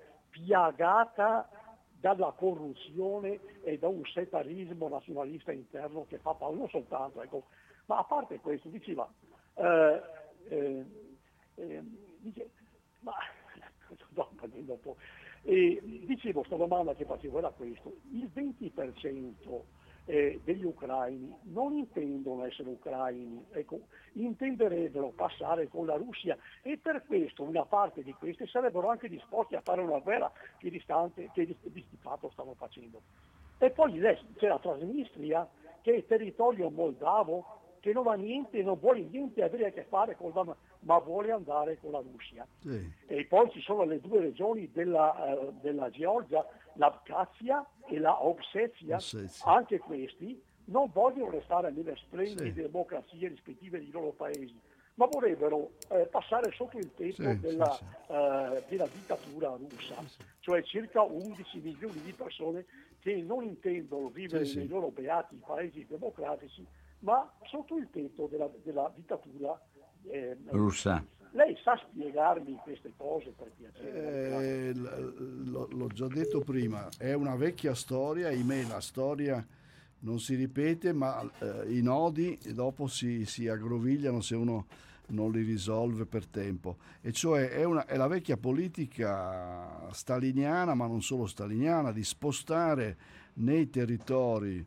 piagata dalla corruzione e da un setarismo nazionalista interno che fa paura, non soltanto, ecco, ma a parte questo diceva eh, eh, eh, dice, ma no, dopo, e dicevo, questa domanda che facevo era questo: il venti per cento eh, degli ucraini non intendono essere ucraini, ecco, intenderebbero passare con la Russia, e per questo una parte di questi sarebbero anche disposti a fare una guerra che distante, che di, di fatto stanno facendo. E poi c'è la Transnistria, che è territorio moldavo, che non ha niente, non vuole niente avere a che fare con la, ma vuole andare con la Russia. Sì. E poi ci sono le due regioni della, uh, della Georgia, l'Abkhazia e la Ossetia, Ossetia. anche questi non vogliono restare nelle splendide Sì. democrazie rispettive dei loro paesi, ma vorrebbero eh, passare sotto il tetto Sì, della, sì, sì. uh, della dittatura russa, cioè circa undici milioni di persone che non intendono vivere Sì, sì. nei loro beati paesi democratici, ma sotto il tetto della, della dittatura eh, Russa. Lei sa spiegarmi queste cose, per piacere? Eh, l- l- l'ho già detto prima, è una vecchia storia, ahimè la storia non si ripete, ma eh, i nodi dopo si, si aggrovigliano se uno non li risolve per tempo. E cioè è, una, è la vecchia politica staliniana, ma non solo staliniana, di spostare nei territori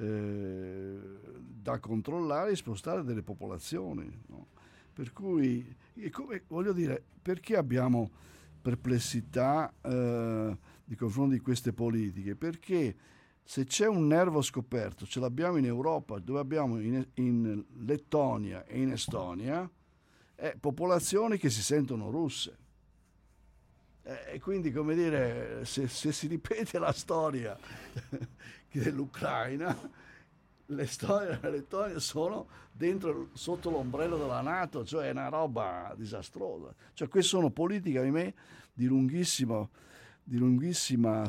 eh, da controllare, spostare delle popolazioni, no? Per cui, è come, voglio dire, perché abbiamo perplessità eh, di confronto di queste politiche? Perché se c'è un nervo scoperto, ce l'abbiamo in Europa, dove abbiamo in, in Lettonia e in Estonia, eh, popolazioni che si sentono russe. E quindi, come dire, se, se si ripete la storia dell'Ucraina, l'Estonia e la Lettonia sono dentro, sotto l'ombrello della NATO, cioè è una roba disastrosa. Cioè queste sono politiche, ahimè, di lunghissima, di lunghissima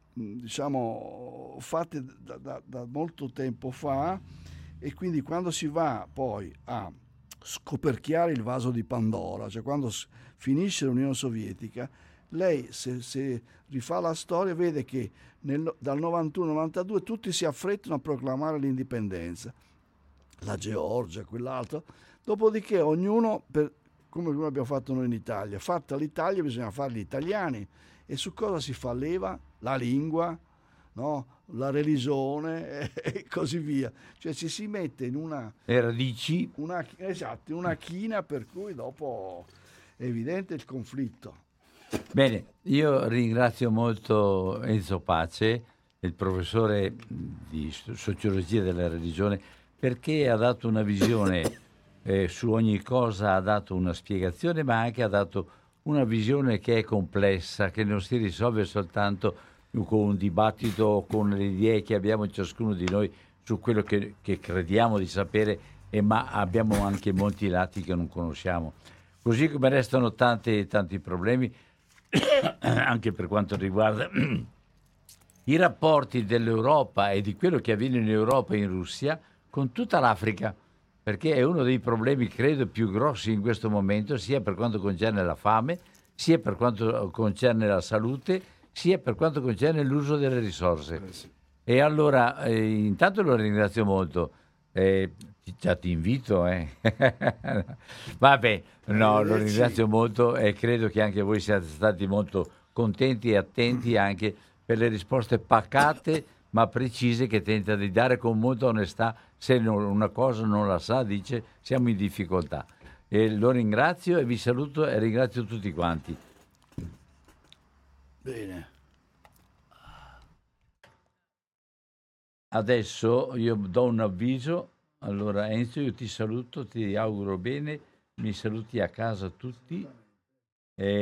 diciamo, fatte da, da, da molto tempo fa, e quindi quando si va poi a scoperchiare il vaso di Pandora, cioè quando finisce l'Unione Sovietica, lei se, se rifà la storia vede che nel, dal novantuno novantadue tutti si affrettano a proclamare l'indipendenza, la Georgia, quell'altro. Dopodiché ognuno, per, come abbiamo fatto noi in Italia, fatta l'Italia bisogna fare gli italiani. E su cosa si fa leva? La lingua, no? La religione e così via. Cioè ci si mette in una... Le radici. Una, esatto, in una china per cui dopo è evidente il conflitto. Bene, io ringrazio molto Enzo Pace, il professore di sociologia della religione, perché ha dato una visione eh, su ogni cosa, ha dato una spiegazione, ma anche ha dato una visione che è complessa, che non si risolve soltanto con un dibattito, con le idee che abbiamo ciascuno di noi su quello che, che crediamo di sapere, e ma abbiamo anche molti lati che non conosciamo. Così come restano tanti, tanti problemi, anche per quanto riguarda i rapporti dell'Europa e di quello che avviene in Europa e in Russia con tutta l'Africa, perché è uno dei problemi, credo, più grossi in questo momento, sia per quanto concerne la fame, sia per quanto concerne la salute, sia per quanto concerne l'uso delle risorse. Eh sì. E allora, eh, intanto lo ringrazio molto. Eh, già ti invito, eh. Vabbè, no, lo ringrazio molto e credo che anche voi siate stati molto contenti e attenti anche per le risposte pacate ma precise che tenta di dare con molta onestà. Se non, una cosa non la sa, dice siamo in difficoltà. E lo ringrazio e vi saluto e ringrazio tutti quanti. Bene. Adesso io do un avviso. Allora Enzo, io ti saluto, ti auguro bene, mi saluti a casa tutti. E